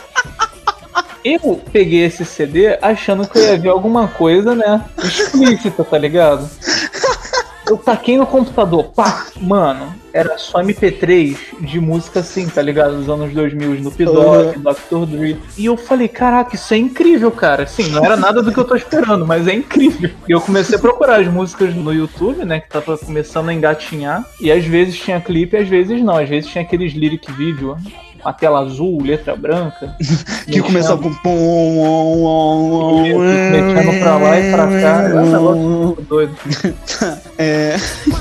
Eu peguei esse C D achando que eu ia ver alguma coisa, né, explícita, tá ligado? Eu taquei no computador, pá, mano, era só M P três de música assim, tá ligado? Dos anos dois mil, Snoop Dogg, Uhum. doutor Dre. E eu falei, caraca, isso é incrível, cara. Assim, não era nada do que eu tô esperando, mas é incrível. E eu comecei a procurar as músicas no YouTube, né, que tava começando a engatinhar. E às vezes tinha clipe, às vezes não. Às vezes tinha aqueles lyric video, a tela azul, letra branca. Que começava com pom, mexendo pra lá e pra cá. É um negócio muito doido. É.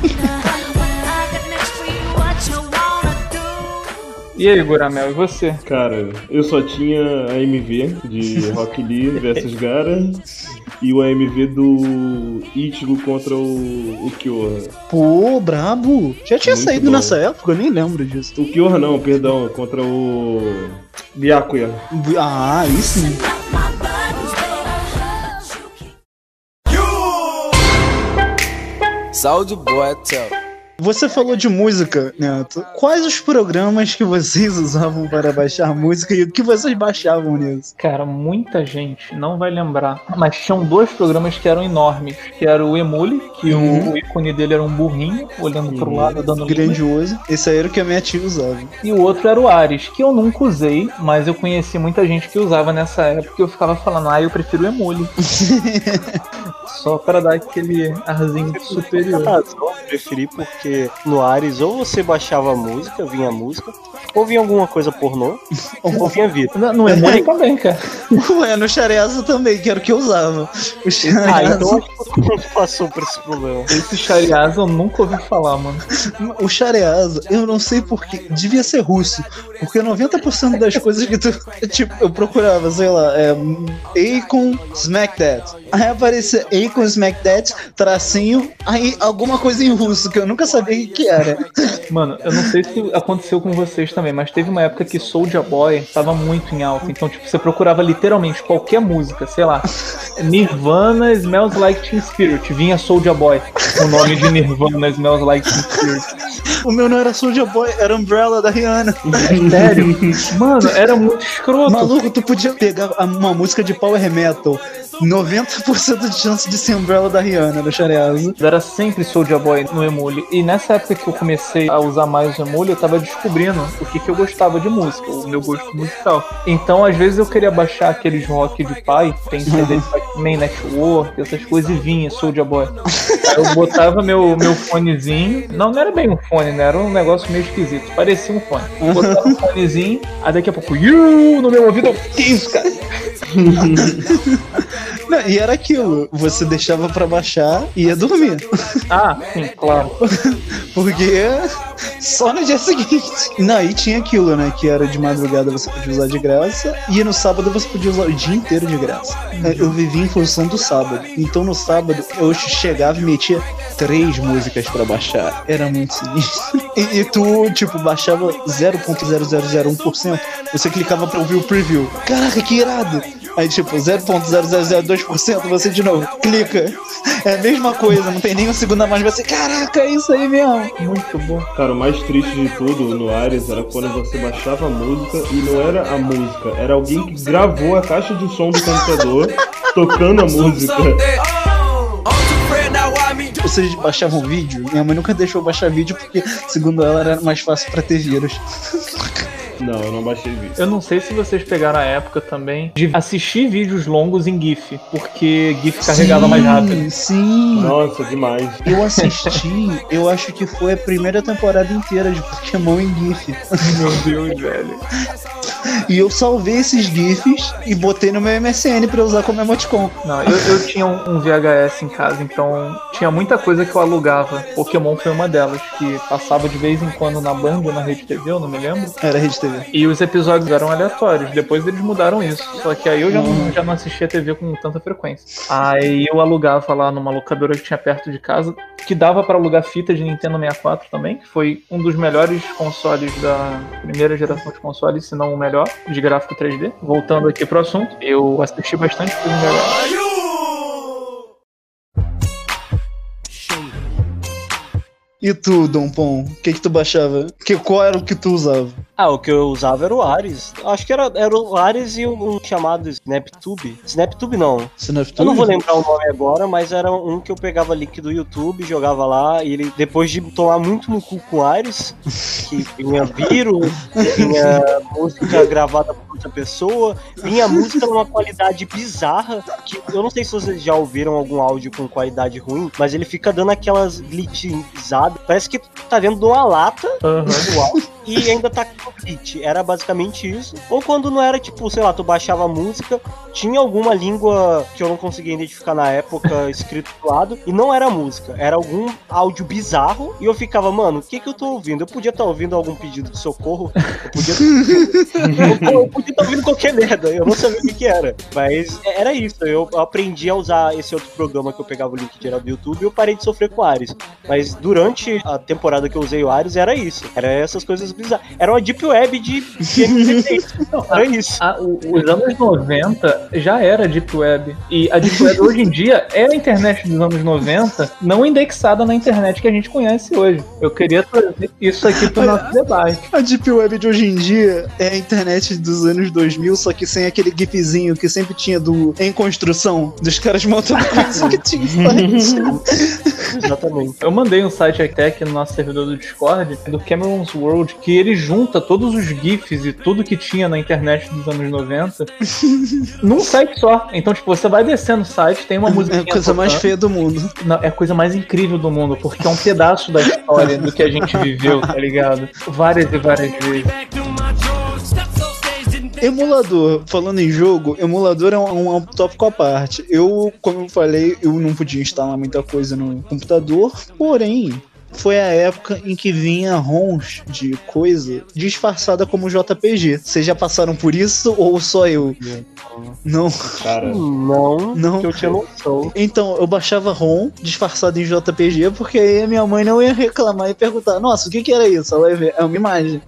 E aí, Guramel, e você? Cara, eu só tinha a M V de Rock Lee versus Gaara e o A M V do Ichigo contra o, o Kyoha. Pô, brabo. Já tinha Muito saído bom. nessa época, eu nem lembro disso. O Kyoha não, perdão, contra o Byakuya. Ah, aí sim. Soulja Boy, tell. Você falou de música, Neto. Quais os programas que vocês usavam para baixar música e o que vocês baixavam nisso? Cara, muita gente não vai lembrar, mas tinham dois programas que eram enormes, que era o Emule, que Uhum. o, o ícone dele era um burrinho, olhando pro lado, dando línea. Grandioso. Esse aí era o que a minha tia usava. E o outro era o Ares, que eu nunca usei, mas eu conheci muita gente que usava nessa época e eu ficava falando, ah, eu prefiro o Emule. Só para dar aquele arzinho superior. razão eu preferi porque no Ares ou você baixava a música, vinha a música, ou vinha alguma coisa pornô, ou vinha vida. No, no Emule também, cara. Ué, no Xareaza também, que era o que eu usava. O Ah, Xareaza, então acho que todo mundo passou por esse problema. Esse Shariaz eu nunca ouvi falar, mano. o Xareaza, eu não sei porquê, devia ser russo, porque noventa por cento das coisas que tu, tipo, eu procurava, sei lá, é Akon Smack That. Aí aparecia Akon Smack That, tracinho, aí alguma coisa em russo, que eu nunca sabia o que que era. Mano, eu não sei se aconteceu com vocês também, mas teve uma época que Soulja Boy tava muito em alta. Então, tipo, você procurava literalmente qualquer música, sei lá, Nirvana Smells Like Teen Spirit, vinha Soulja Boy, o nome de Nirvana Smells Like Teen Spirit. O meu não era Soulja Boy, era Umbrella da Rihanna. Sério? Mano, era muito escroto. Maluco, tu podia pegar uma música de power metal, noventa por cento de chance de ser Umbrella da Rihanna, do Xareaza. Era sempre Soulja Boy no Emule. E nessa época que eu comecei a usar mais o Emule, eu tava descobrindo o que, que eu gostava de música, o meu gosto musical. Então, às vezes eu queria baixar aqueles rock de pai, tem C D de Main Network, essas coisas, e vinha Soulja Boy. Aí eu botava meu, meu fonezinho, não, não era bem um fone, né? Era um negócio meio esquisito, parecia um fone. Botava um fonezinho, aí daqui a pouco, you, no meu ouvido, que isso, cara? Não, e era aquilo, você deixava pra baixar e ia dormir. Ah, sim, claro. Porque só no dia seguinte. Não, e tinha aquilo, né? Que era de madrugada você podia usar de graça e no sábado você podia usar o dia inteiro de graça. Eu vivi em função do sábado. Então no sábado eu chegava e metia três músicas pra baixar. Era muito sinistro. E, e tu, tipo, baixava zero vírgula zero zero zero um por cento. Você clicava pra ouvir o preview. Caraca, que irado! Aí, tipo, zero vírgula zero zero zero dois por cento, você de novo clica. É a mesma coisa, não tem nem um segundo a mais. Você, caraca, é isso aí mesmo. Muito bom. Cara, o mais triste de tudo no Ares era quando você baixava a música e não era a música, era alguém que gravou a caixa de som do computador tocando a música. Vocês baixavam vídeo? Minha mãe nunca deixou eu baixar vídeo porque, segundo ela, era mais fácil pra ter vírus. Não, eu não baixei vídeo. Eu não sei se vocês pegaram a época também de assistir vídeos longos em GIF, porque GIF carregava Sim, mais rápido. Sim. Nossa, demais. Eu assisti, eu acho que foi a primeira temporada inteira de Pokémon em GIF. Meu Deus, velho. E eu salvei esses GIFs e botei no meu M S N pra usar como emoticon. Não, eu, eu tinha um, um V H S em casa, então tinha muita coisa que eu alugava. Pokémon foi uma delas, que passava de vez em quando na Band ou na Rede T V, eu não me lembro. Era Rede T V. E os episódios eram aleatórios, depois eles mudaram isso. Só que aí eu já não, já não assistia T V com tanta frequência. Aí eu alugava lá numa locadora que tinha perto de casa, que dava pra alugar fita de Nintendo sessenta e quatro também, que foi um dos melhores consoles da primeira geração de consoles, se não o melhor, de gráfico três D. Voltando aqui pro assunto, eu assisti bastante coisa melhor. E tu, Dompom, o que que tu baixava? Que, qual era o que tu usava? Ah, o que eu usava era o Ares. Acho que era, era o Ares e um chamado SnapTube. SnapTube não. SnapTube? Eu não vou lembrar o nome agora, mas era um que eu pegava link do YouTube, jogava lá, e ele, depois de tomar muito no cu com o Ares, que vinha vírus, vinha música gravada por outra pessoa, vinha música numa qualidade bizarra, que eu não sei se vocês já ouviram algum áudio com qualidade ruim, mas ele fica dando aquelas glitchizadas, parece que tá dentro de uma lata, Uhum. áudio, e ainda tá com glitch. Era basicamente isso. Ou quando não era, tipo, sei lá, tu baixava a música, tinha alguma língua que eu não conseguia identificar na época escrito do lado, e não era música, era algum áudio bizarro, e eu ficava, mano, o que que eu tô ouvindo? Eu podia estar ouvindo algum pedido de socorro, eu podia eu podia estar ouvindo qualquer merda, eu não sabia o que que era. Mas era isso, eu aprendi a usar esse outro programa que eu pegava o link direto do YouTube e eu parei de sofrer com o Ares. Mas durante a temporada que eu usei o Ares, era isso, era essas coisas bizarras. Era uma Deep Web de, de M P três. Não, era isso. A, o, os anos noventa já era Deep Web. E a Deep Web hoje em dia é a internet dos anos noventa, não indexada na internet que a gente conhece hoje. Eu queria trazer isso aqui pro nosso debate. A Deep Web de hoje em dia é a internet dos anos dois mil, só que sem aquele gifzinho que sempre tinha do Em Construção, dos caras montando coisa que tinha site. Exatamente. Eu mandei um site até aqui no nosso servidor do Discord, do Cameron's World, que ele junta todos os GIFs e tudo que tinha na internet dos anos noventa num site só. Então, tipo, você vai descendo o site, tem uma música. É a coisa mais feia do mundo. Não, é a coisa mais incrível do mundo, porque é um pedaço da história do que a gente viveu, tá ligado? Várias e várias vezes. Emulador, falando em jogo, emulador é um, um tópico à parte. Eu, como eu falei, eu não podia instalar muita coisa no computador, porém, foi a época em que vinha ROMs de coisa disfarçada como J P G. Vocês já passaram por isso ou só eu? Não. Cara, não, não. Que eu tinha noção. Então, eu baixava ROM disfarçado em J P G, porque aí a minha mãe não ia reclamar e perguntar: nossa, o que que era isso? Ela ia ver, é uma imagem.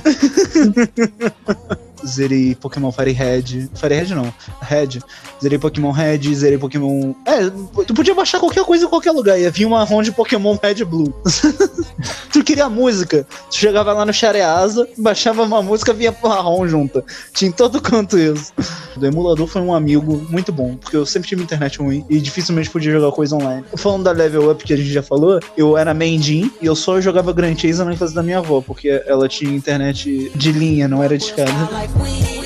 Zerei Pokémon Fire Red. Fire Red não, Red. Zerei Pokémon Red, zerei Pokémon. É, tu podia baixar qualquer coisa em qualquer lugar. Ia vir uma ROM de Pokémon Red Blue. Tu queria música, tu chegava lá no Shareasa, baixava uma música, vinha a ROM junta. Tinha em todo canto isso. O emulador foi um amigo muito bom, porque eu sempre tive internet ruim e dificilmente podia jogar coisa online. Falando da Level Up que a gente já falou, eu era Mendin e eu só jogava Grand Chase na casa da minha avó, porque ela tinha internet de linha, não era de escada.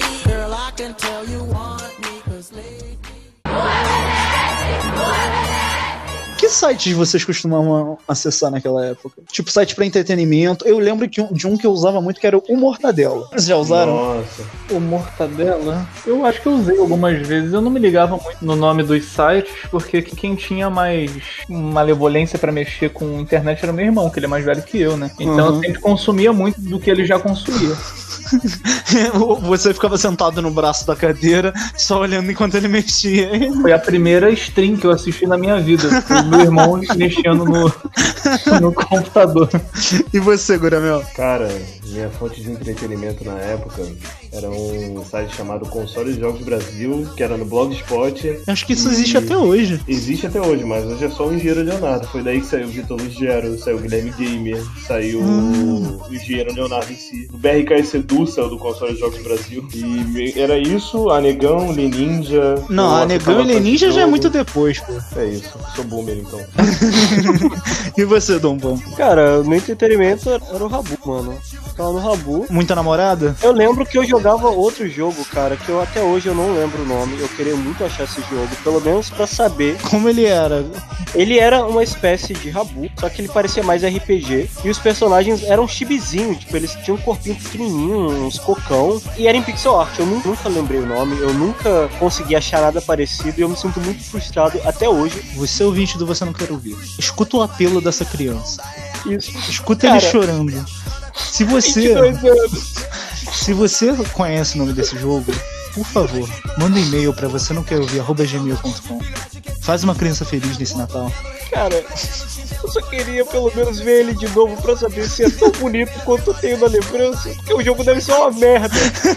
Que sites vocês costumavam acessar naquela época? Tipo, site pra entretenimento. Eu lembro que um, de um que eu usava muito, que era o Mortadela. Vocês já usaram? Nossa. O Mortadela? Eu acho que eu usei algumas vezes. Eu não me ligava muito no nome dos sites, porque quem tinha mais malevolência pra mexer com internet era meu irmão, que ele é mais velho que eu, né? Então uhum. eu sempre consumia muito do que ele já consumia. Você ficava sentado no braço da cadeira, só olhando enquanto ele mexia. Foi a primeira stream que eu assisti na minha vida. Foi meu irmão mexendo no, no computador. E você, Guramel? Cara, minha fonte de entretenimento na época era um site chamado Console de Jogos Brasil, que era no Blogspot. Acho que isso existe até hoje. Existe até hoje, mas hoje é só o Engenheiro Leonardo. Foi daí que saiu o Vitor Lugero, saiu o Guilherme Gamer, saiu hum. o Engenheiro Leonardo em si. O B R K S Edu saiu do Console de Jogos Brasil. E era isso, a Negão, Leninja. Não, a Negão e Leninja já é muito depois, pô. É isso, sou boomer então. E você, Dom Bom? Cara, meu entretenimento era o Rabu, mano. Ficava no Rabu. Muita namorada? Eu lembro que eu jogava outro jogo, cara, que eu até hoje eu não lembro o nome. Eu queria muito achar esse jogo, pelo menos pra saber. Como ele era? Ele era uma espécie de Rabu, só que ele parecia mais R P G. E os personagens eram chibizinhos, tipo, eles tinham um corpinho pequenininho, uns cocão. E era em pixel art, eu nunca lembrei o nome, eu nunca consegui achar nada parecido. E eu me sinto muito frustrado até hoje. Você ouvinte do Você Não Quer Ouvir, escuta o apelo dessa criança. Isso. Escuta cara, ele chorando. Se você... Se você conhece o nome desse jogo, por favor, manda um e-mail pra você não quer ouvir, arroba gmail ponto com. Faz uma criança feliz nesse Natal. Cara, eu só queria pelo menos ver ele de novo pra saber se é tão bonito quanto eu tenho na lembrança. Porque o jogo deve ser uma merda.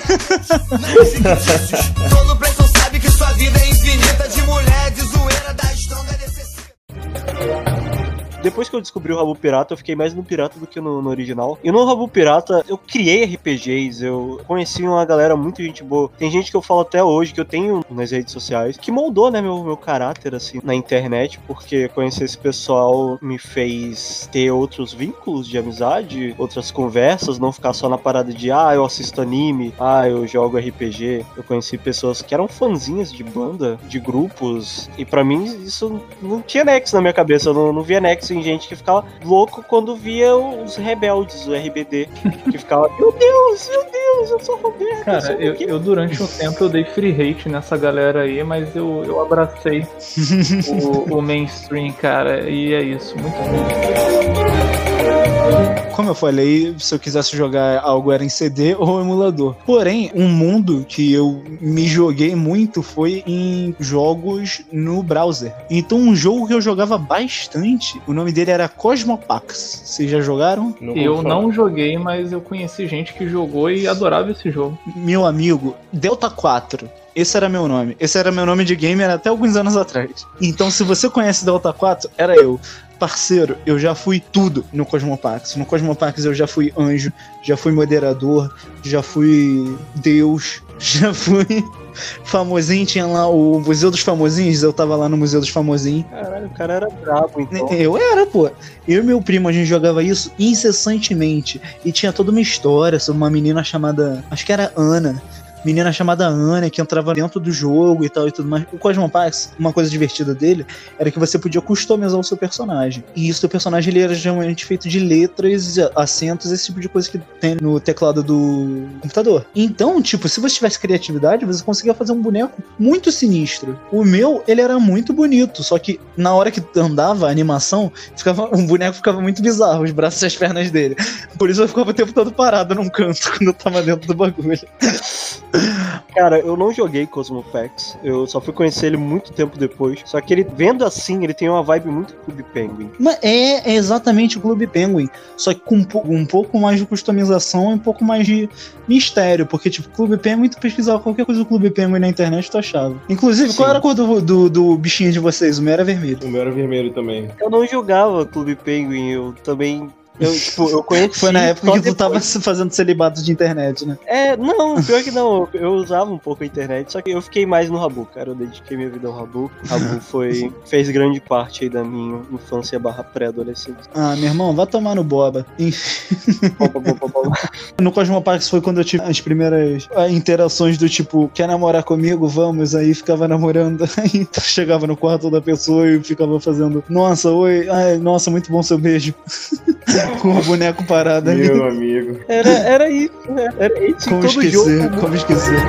Todo preto sabe que sua vida é infinita de mulher, de zoeira, da estronda necessidade. Depois que eu descobri o Rabo Pirata, eu fiquei mais no Pirata do que no, no original. E no Rabo Pirata, eu criei R P Gs, eu conheci uma galera muito gente boa. Tem gente que eu falo até hoje, que eu tenho nas redes sociais, que moldou, né, meu, meu caráter, assim, na internet, porque conhecer esse pessoal me fez ter outros vínculos de amizade, outras conversas, não ficar só na parada de, ah, eu assisto anime, ah, eu jogo R P G. Eu conheci pessoas que eram fãzinhas de banda, de grupos, e pra mim isso não tinha nexo na minha cabeça, eu não, não via nexo em gente que ficava louco quando via os rebeldes, o R B D, que ficava, meu Deus, meu Deus, eu sou Roberto. Cara, eu, eu, eu durante um tempo eu dei free hate nessa galera aí, mas eu, eu abracei o, o mainstream, cara, e é isso, muito bom. Como eu falei, se eu quisesse jogar algo era em C D ou emulador. Porém, um mundo que eu me joguei muito foi em jogos no browser. Então um jogo que eu jogava bastante, o nome dele era Cosmopax. Vocês já jogaram? Não eu não joguei, mas eu conheci gente que jogou e adorava esse jogo. Meu amigo, Delta quatro. Esse era meu nome. Esse era meu nome de gamer até alguns anos atrás. Então se você conhece Delta quatro, era eu. Parceiro, eu já fui tudo no Cosmopax. No Cosmopax eu já fui anjo, já fui moderador, já fui Deus, já fui famosinho. Tinha lá o Museu dos Famosinhos, eu tava lá no Museu dos Famosinhos. Caralho, o cara era brabo, então. Eu era, pô. Eu e meu primo, a gente jogava isso incessantemente. E tinha toda uma história sobre uma menina chamada, acho que era Ana. Menina chamada Ana, que entrava dentro do jogo e tal e tudo mais. O Cosmopax, uma coisa divertida dele, era que você podia customizar o seu personagem. E isso, o personagem ele era geralmente feito de letras, acentos, esse tipo de coisa que tem no teclado do computador. Então, tipo, se você tivesse criatividade, você conseguia fazer um boneco muito sinistro. O meu, ele era muito bonito, só que na hora que andava a animação, ficava, um boneco ficava muito bizarro, os braços e as pernas dele. Por isso eu ficava o tempo todo parado num canto quando eu tava dentro do bagulho. Cara, eu não joguei Cosmopax, eu só fui conhecer ele muito tempo depois. Só que ele, vendo assim, ele tem uma vibe muito Clube Penguin. Mas é, é exatamente o Clube Penguin, só que com um, po- um pouco mais de customização e um pouco mais de mistério, porque tipo, Clube Penguin, tu pesquisava qualquer coisa do Clube Penguin na internet, tu achava. Inclusive, Sim. Qual era a cor do, do, do bichinho de vocês? O meu era vermelho. O meu era vermelho também. Eu não jogava Clube Penguin, eu também... Eu, tipo, eu conheci... Foi na época que tu depois. tava fazendo celibato de internet, né? É, não, pior que não, eu, eu usava um pouco a internet, só que eu fiquei mais no Rabu, cara, eu dediquei minha vida ao Rabu. Rabu foi, fez grande parte aí da minha infância barra pré-adolescência. Ah, meu irmão, vai tomar no boba. No Cosmopax foi quando eu tive as primeiras interações do tipo, quer namorar comigo? Vamos, aí ficava namorando, aí chegava no quarto da pessoa e ficava fazendo, nossa, oi, ai, nossa, muito bom seu beijo. Com o boneco parado ali. Meu amigo. Era, era isso, era isso. Como todo esquecer, jogo. como esquecer.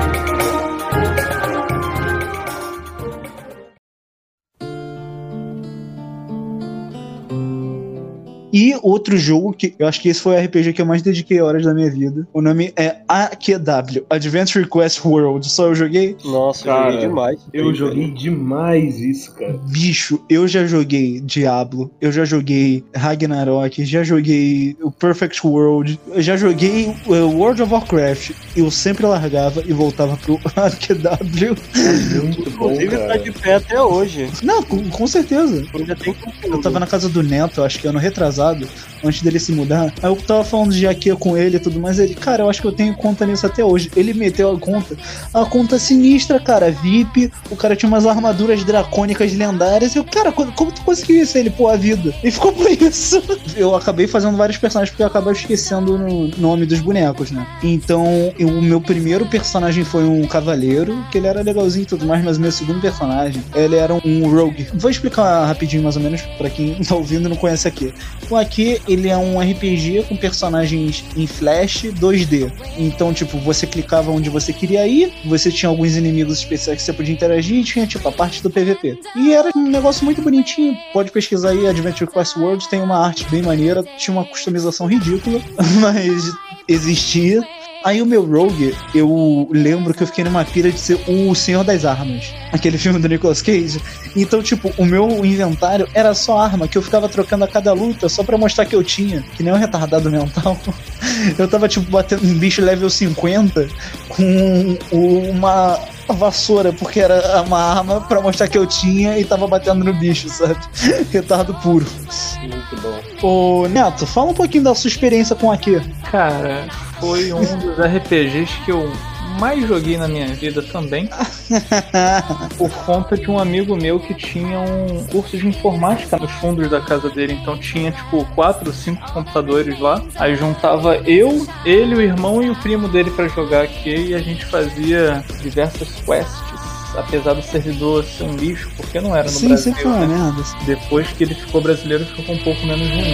E outro jogo que eu acho que esse foi o R P G que eu mais dediquei horas da minha vida. O nome é A Q W, Adventure Quest World. Só eu joguei. Nossa, cara, eu joguei demais. Eu joguei demais isso, cara. Bicho, eu já joguei Diablo, eu já joguei Ragnarok, já joguei o Perfect World, eu já joguei o World of Warcraft. Eu sempre largava e voltava pro A Q W. Muito bom, Inclusive cara. tá de pé até hoje. Não, com, com certeza. Ainda tem Eu tava na casa do Neto, acho que ano retrasado, antes dele se mudar. Aí eu tava falando de Aquia com ele e tudo mais. Ele, cara, eu acho que eu tenho conta nisso até hoje. Ele meteu a conta, a conta sinistra, cara, V I P. O cara tinha umas armaduras dracônicas lendárias. E eu, cara, como, como tu conseguiu isso? Ele, pô, a vida. E ficou por isso. Eu acabei fazendo vários personagens porque eu acabei esquecendo o nome dos bonecos, né? Então, eu, o meu primeiro personagem foi um cavaleiro, que ele era legalzinho e tudo mais, mas o meu segundo personagem, ele era um rogue. Vou explicar rapidinho, mais ou menos, pra quem tá ouvindo e não conhece aqui. O Aqui, ele é um R P G com personagens em flash dois D. Então, tipo, você clicava onde você queria ir, você tinha alguns inimigos especiais que você podia interagir e tinha, tipo, a parte do P V P. E era um negócio muito bonitinho. Pode pesquisar aí, Adventure Quest World, tem uma arte bem maneira, tinha uma customização ridícula, mas existia. Aí o meu Rogue, eu lembro que eu fiquei numa pira de ser o Senhor das Armas, aquele filme do Nicolas Cage. Então, tipo, o meu inventário era só arma, que eu ficava trocando a cada luta só pra mostrar que eu tinha, que nem um retardado mental. Eu tava, tipo, batendo um bicho level cinquenta com uma vassoura, porque era uma arma pra mostrar que eu tinha e tava batendo no bicho, sabe? Retardo puro. Muito bom. Ô, Neto, fala um pouquinho da sua experiência com a Q. Cara, foi um dos R P Gs que eu mais joguei na minha vida também, por conta de um amigo meu que tinha um curso de informática nos fundos da casa dele. Então tinha tipo quatro, cinco computadores lá. Aí juntava eu, ele, o irmão e o primo dele pra jogar aqui, e a gente fazia diversas quests. Apesar do servidor ser um lixo, porque não era no Sim, Brasil, sempre foi uma né? merda. Depois que ele ficou brasileiro, ficou um pouco menos ruim.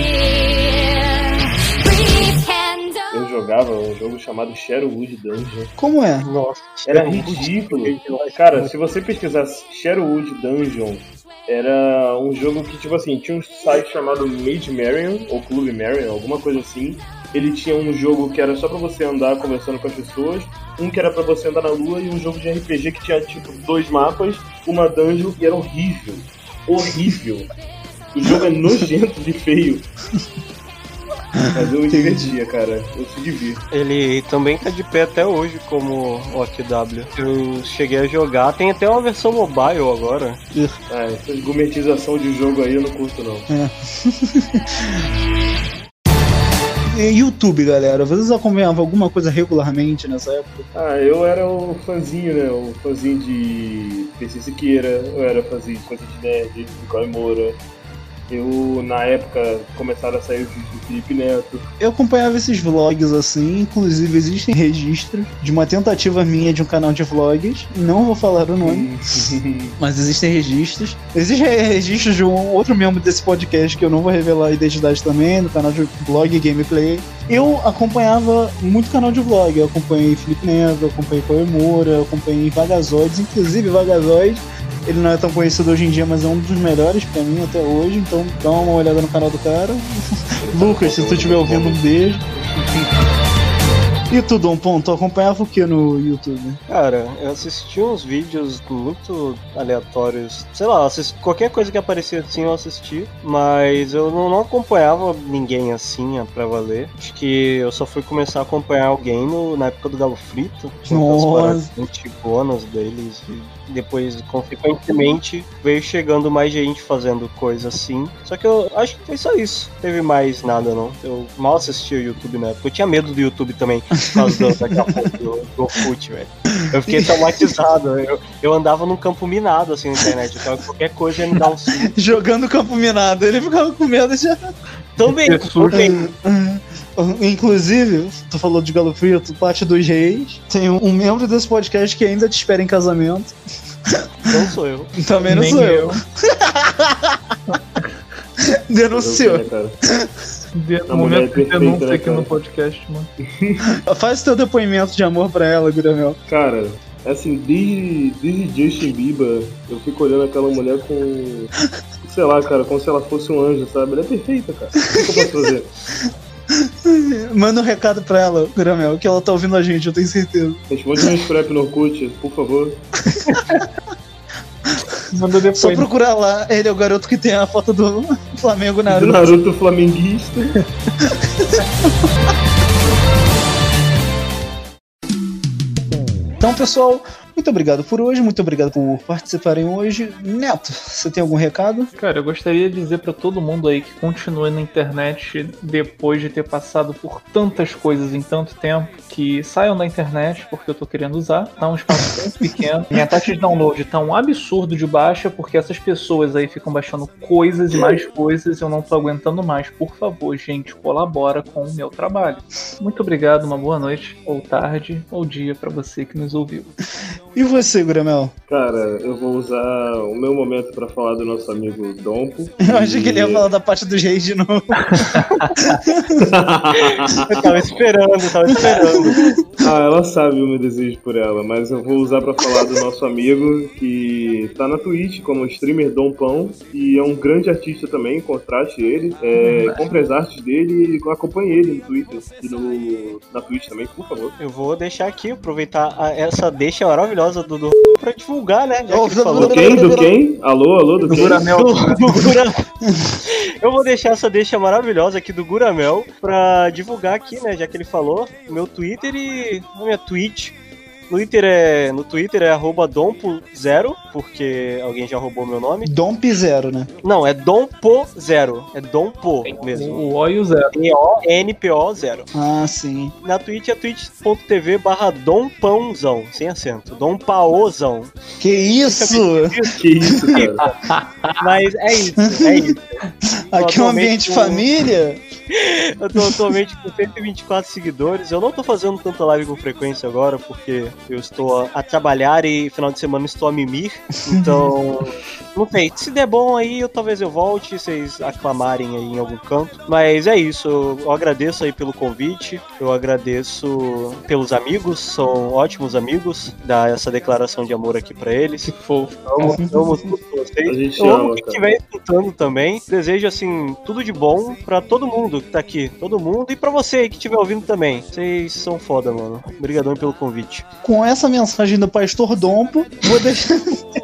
Eu jogava um jogo chamado Sherwood Dungeon. Como é? Nossa, Era ridículo. Cara, se você pesquisar Sherwood Dungeon, era um jogo que, tipo assim, tinha um site chamado Mage Marion, ou Clube Marion, alguma coisa assim. Ele tinha um jogo que era só pra você andar conversando com as pessoas, um que era pra você andar na lua, e um jogo de R P G que tinha, tipo, dois mapas, uma dungeon, e era horrível. Horrível. O jogo é nojento de feio. Mas eu me divertia, cara. Eu se divirto. Ele também tá de pé até hoje como o A Q W. Eu cheguei a jogar, tem até uma versão mobile agora. Ah, essa gometização de jogo aí eu não curto, não. É. YouTube, galera, vocês acompanhavam alguma coisa regularmente nessa época? Ah, eu era o fãzinho, né? O fãzinho de P C Siqueira, eu era fãzinho de Coisa de Nerd, de Caio Moura. Eu, na época, começaram a sair os vídeos do Felipe Neto. Eu acompanhava esses vlogs assim, inclusive existem registros de uma tentativa minha de um canal de vlogs, não vou falar o nome, mas existem registros. Existem registros de um outro membro desse podcast que eu não vou revelar a identidade também, no canal de vlog Gameplay. Eu acompanhava muito canal de vlog, eu acompanhei Felipe Neto, eu acompanhei Caio Moura, eu acompanhei Vagazoides, inclusive Vagazoides. Ele não é tão conhecido hoje em dia, mas é um dos melhores pra mim até hoje, então dá uma olhada no canal do cara. Lucas, se tu estiver ouvindo, um beijo. E tu, Dom Ponto, tu acompanhava o que no YouTube? Cara, eu assistia uns vídeos muito aleatórios. Sei lá, assisti, qualquer coisa que aparecia assim eu assisti, mas eu não, não acompanhava ninguém assim pra valer. Acho que eu só fui começar a acompanhar alguém no, na época do Galo Frito. Nossa! Bônus deles. E depois, consequentemente, veio chegando mais gente fazendo coisa assim. Só que eu acho que foi só isso. Não teve mais nada, não. Eu mal assistia o YouTube na época. Eu tinha medo do YouTube também, por causa do, daqui a pouco do GoFoot, velho. Eu fiquei traumatizado. Eu, eu andava num campo minado, assim, na internet. Então qualquer coisa ia me dar um susto. Jogando campo minado. Ele ficava com medo já. Também, também. Inclusive, tu falou de Galo Frito, parte dos reis. Tem um, um membro desse podcast que ainda te espera em casamento. Não sou eu. Também não Nem sou eu. eu. Denunciou. De, momento de denúncia aqui no podcast, mano. Faz teu depoimento de amor pra ela, Guilherme. Cara, assim, desde, desde Justin Bieber, eu fico olhando aquela mulher com... Sei lá, cara, como se ela fosse um anjo, sabe? Ela é perfeita, cara. O que eu posso fazer? Manda um recado pra ela, Gramel, que ela tá ouvindo a gente, eu tenho certeza. Responde meu scrap no Orkut, por favor. Manda depois. Só procurar lá, ele é o garoto que tem a foto do Flamengo Naruto. Do Naruto flamenguista. Então, pessoal, muito obrigado por hoje, muito obrigado por participarem hoje. Neto, você tem algum recado? Cara, eu gostaria de dizer pra todo mundo aí que continue na internet depois de ter passado por tantas coisas em tanto tempo, que saiam da internet porque eu tô querendo usar. Tá um espaço muito pequeno. Minha taxa de download tá um absurdo de baixa, porque essas pessoas aí ficam baixando coisas e mais coisas e eu não tô aguentando mais. Por favor, gente, colabora com o meu trabalho. Muito obrigado, uma boa noite, ou tarde, ou dia pra você que nos ouviu. E você, Guramel? Cara, eu vou usar o meu momento pra falar do nosso amigo Dompo. Eu achei que ele ia falar da parte dos reis de novo. Eu tava esperando, eu tava esperando. Ah, ela sabe o meu desejo por ela, mas eu vou usar pra falar do nosso amigo que tá na Twitch como streamer Dompão e é um grande artista também, contraste ele, é, compre as artes dele e acompanhe ele no Twitter e no, na Twitch também, por favor. Eu vou deixar aqui, aproveitar a, essa deixa maravilhosa do, do pra divulgar, né? Já que ele falou. Do quem? Do quem? Alô, alô, do, do quem? Guramel. Do, do Guramel. Eu vou deixar essa deixa maravilhosa aqui do Guramel pra divulgar aqui, né? Já que ele falou, meu Twitter e minha Twitch. Twitter é, no Twitter é arroba dompo zero, porque alguém já roubou meu nome. Domp zero, né? Não, é dompo zero. É dompo mesmo. O O e o zero. D O N P O zero. Ah, sim. Na Twitch é twitch.tv barra dompãozão, sem acento. Dompaozão. Que isso? Que isso, cara? Mas é isso, é isso. Aqui é um ambiente com... família. Eu tô atualmente com cento e vinte e quatro seguidores. Eu não tô fazendo tanta live com frequência agora, porque eu estou a, a trabalhar e final de semana estou a mimir. Então, não sei. Se der bom aí, eu, talvez eu volte, vocês aclamarem aí em algum canto. Mas é isso. Eu, eu agradeço aí pelo convite. Eu agradeço pelos amigos. São ótimos amigos. Dar essa declaração de amor aqui pra eles. Que fofo. Amo, amo todos vocês. A gente Eu amo ama, quem cara. estiver escutando também. Desejo, assim, tudo de bom pra todo mundo que tá aqui. Todo mundo. E pra você aí que estiver ouvindo também. Vocês são foda, mano. Obrigadão pelo convite. Com essa mensagem do Pastor Dompo, vou deixar...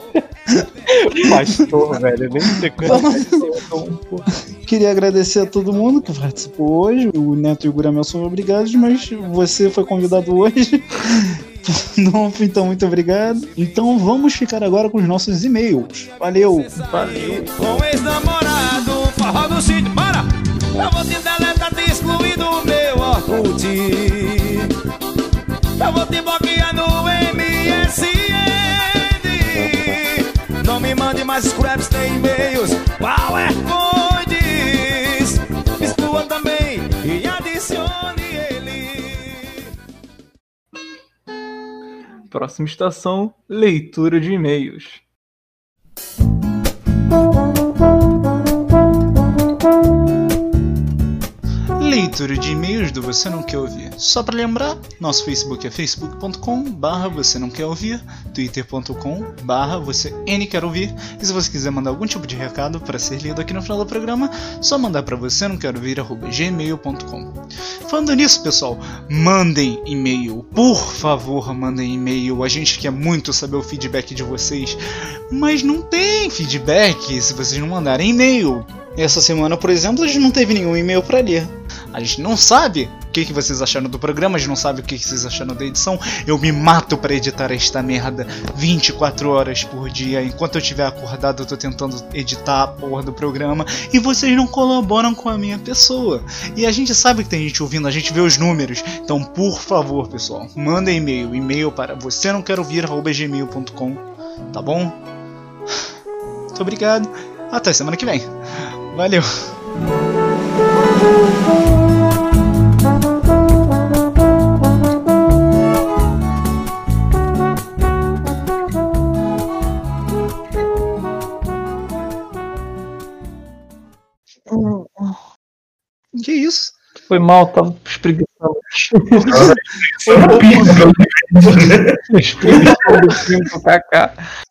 Pastor, velho. Eu nem sei como. Queria agradecer a todo mundo que participou hoje. O Neto e o Guramel são obrigados, mas você foi convidado hoje. Dompo, então muito obrigado. Então vamos ficar agora com os nossos e-mails. Valeu! Valeu. Com ex-namorado, forró do sítio, bora! Eu vou te deletar, te excluir do meu Orkut. Eu vou te bloquear no M S N. Não me mande mais scraps nem e-mails, PowerPoints. Me exclua também e adicione ele. Próxima estação, leitura de e-mails. Leitura de e-mails do Você Não Quer Ouvir. Só pra lembrar, nosso Facebook é facebook ponto com barra você não quer ouvir, twitter ponto com barra você n quer ouvir, e se você quiser mandar algum tipo de recado para ser lido aqui no final do programa, só mandar para você não quer ouvir arroba gmail ponto com. Falando nisso, pessoal, mandem e-mail, por favor, mandem e-mail. A gente quer muito saber o feedback de vocês, mas não tem feedback se vocês não mandarem e-mail. Essa semana, por exemplo, a gente não teve nenhum e-mail para ler. A gente não sabe o que, que vocês acharam do programa, a gente não sabe o que, que vocês acharam da edição. Eu me mato para editar esta merda vinte e quatro horas por dia. Enquanto eu estiver acordado, eu tô tentando editar a porra do programa. E vocês não colaboram com a minha pessoa. E a gente sabe que tem gente ouvindo, a gente vê os números. Então, por favor, pessoal, manda e-mail. E-mail para você não quer ouvir arroba gmail ponto com. Tá bom? Muito obrigado. Até semana que vem. Valeu. Que isso? Foi mal, tava espreguiçando. Espreguiçando o pinto do Kaká.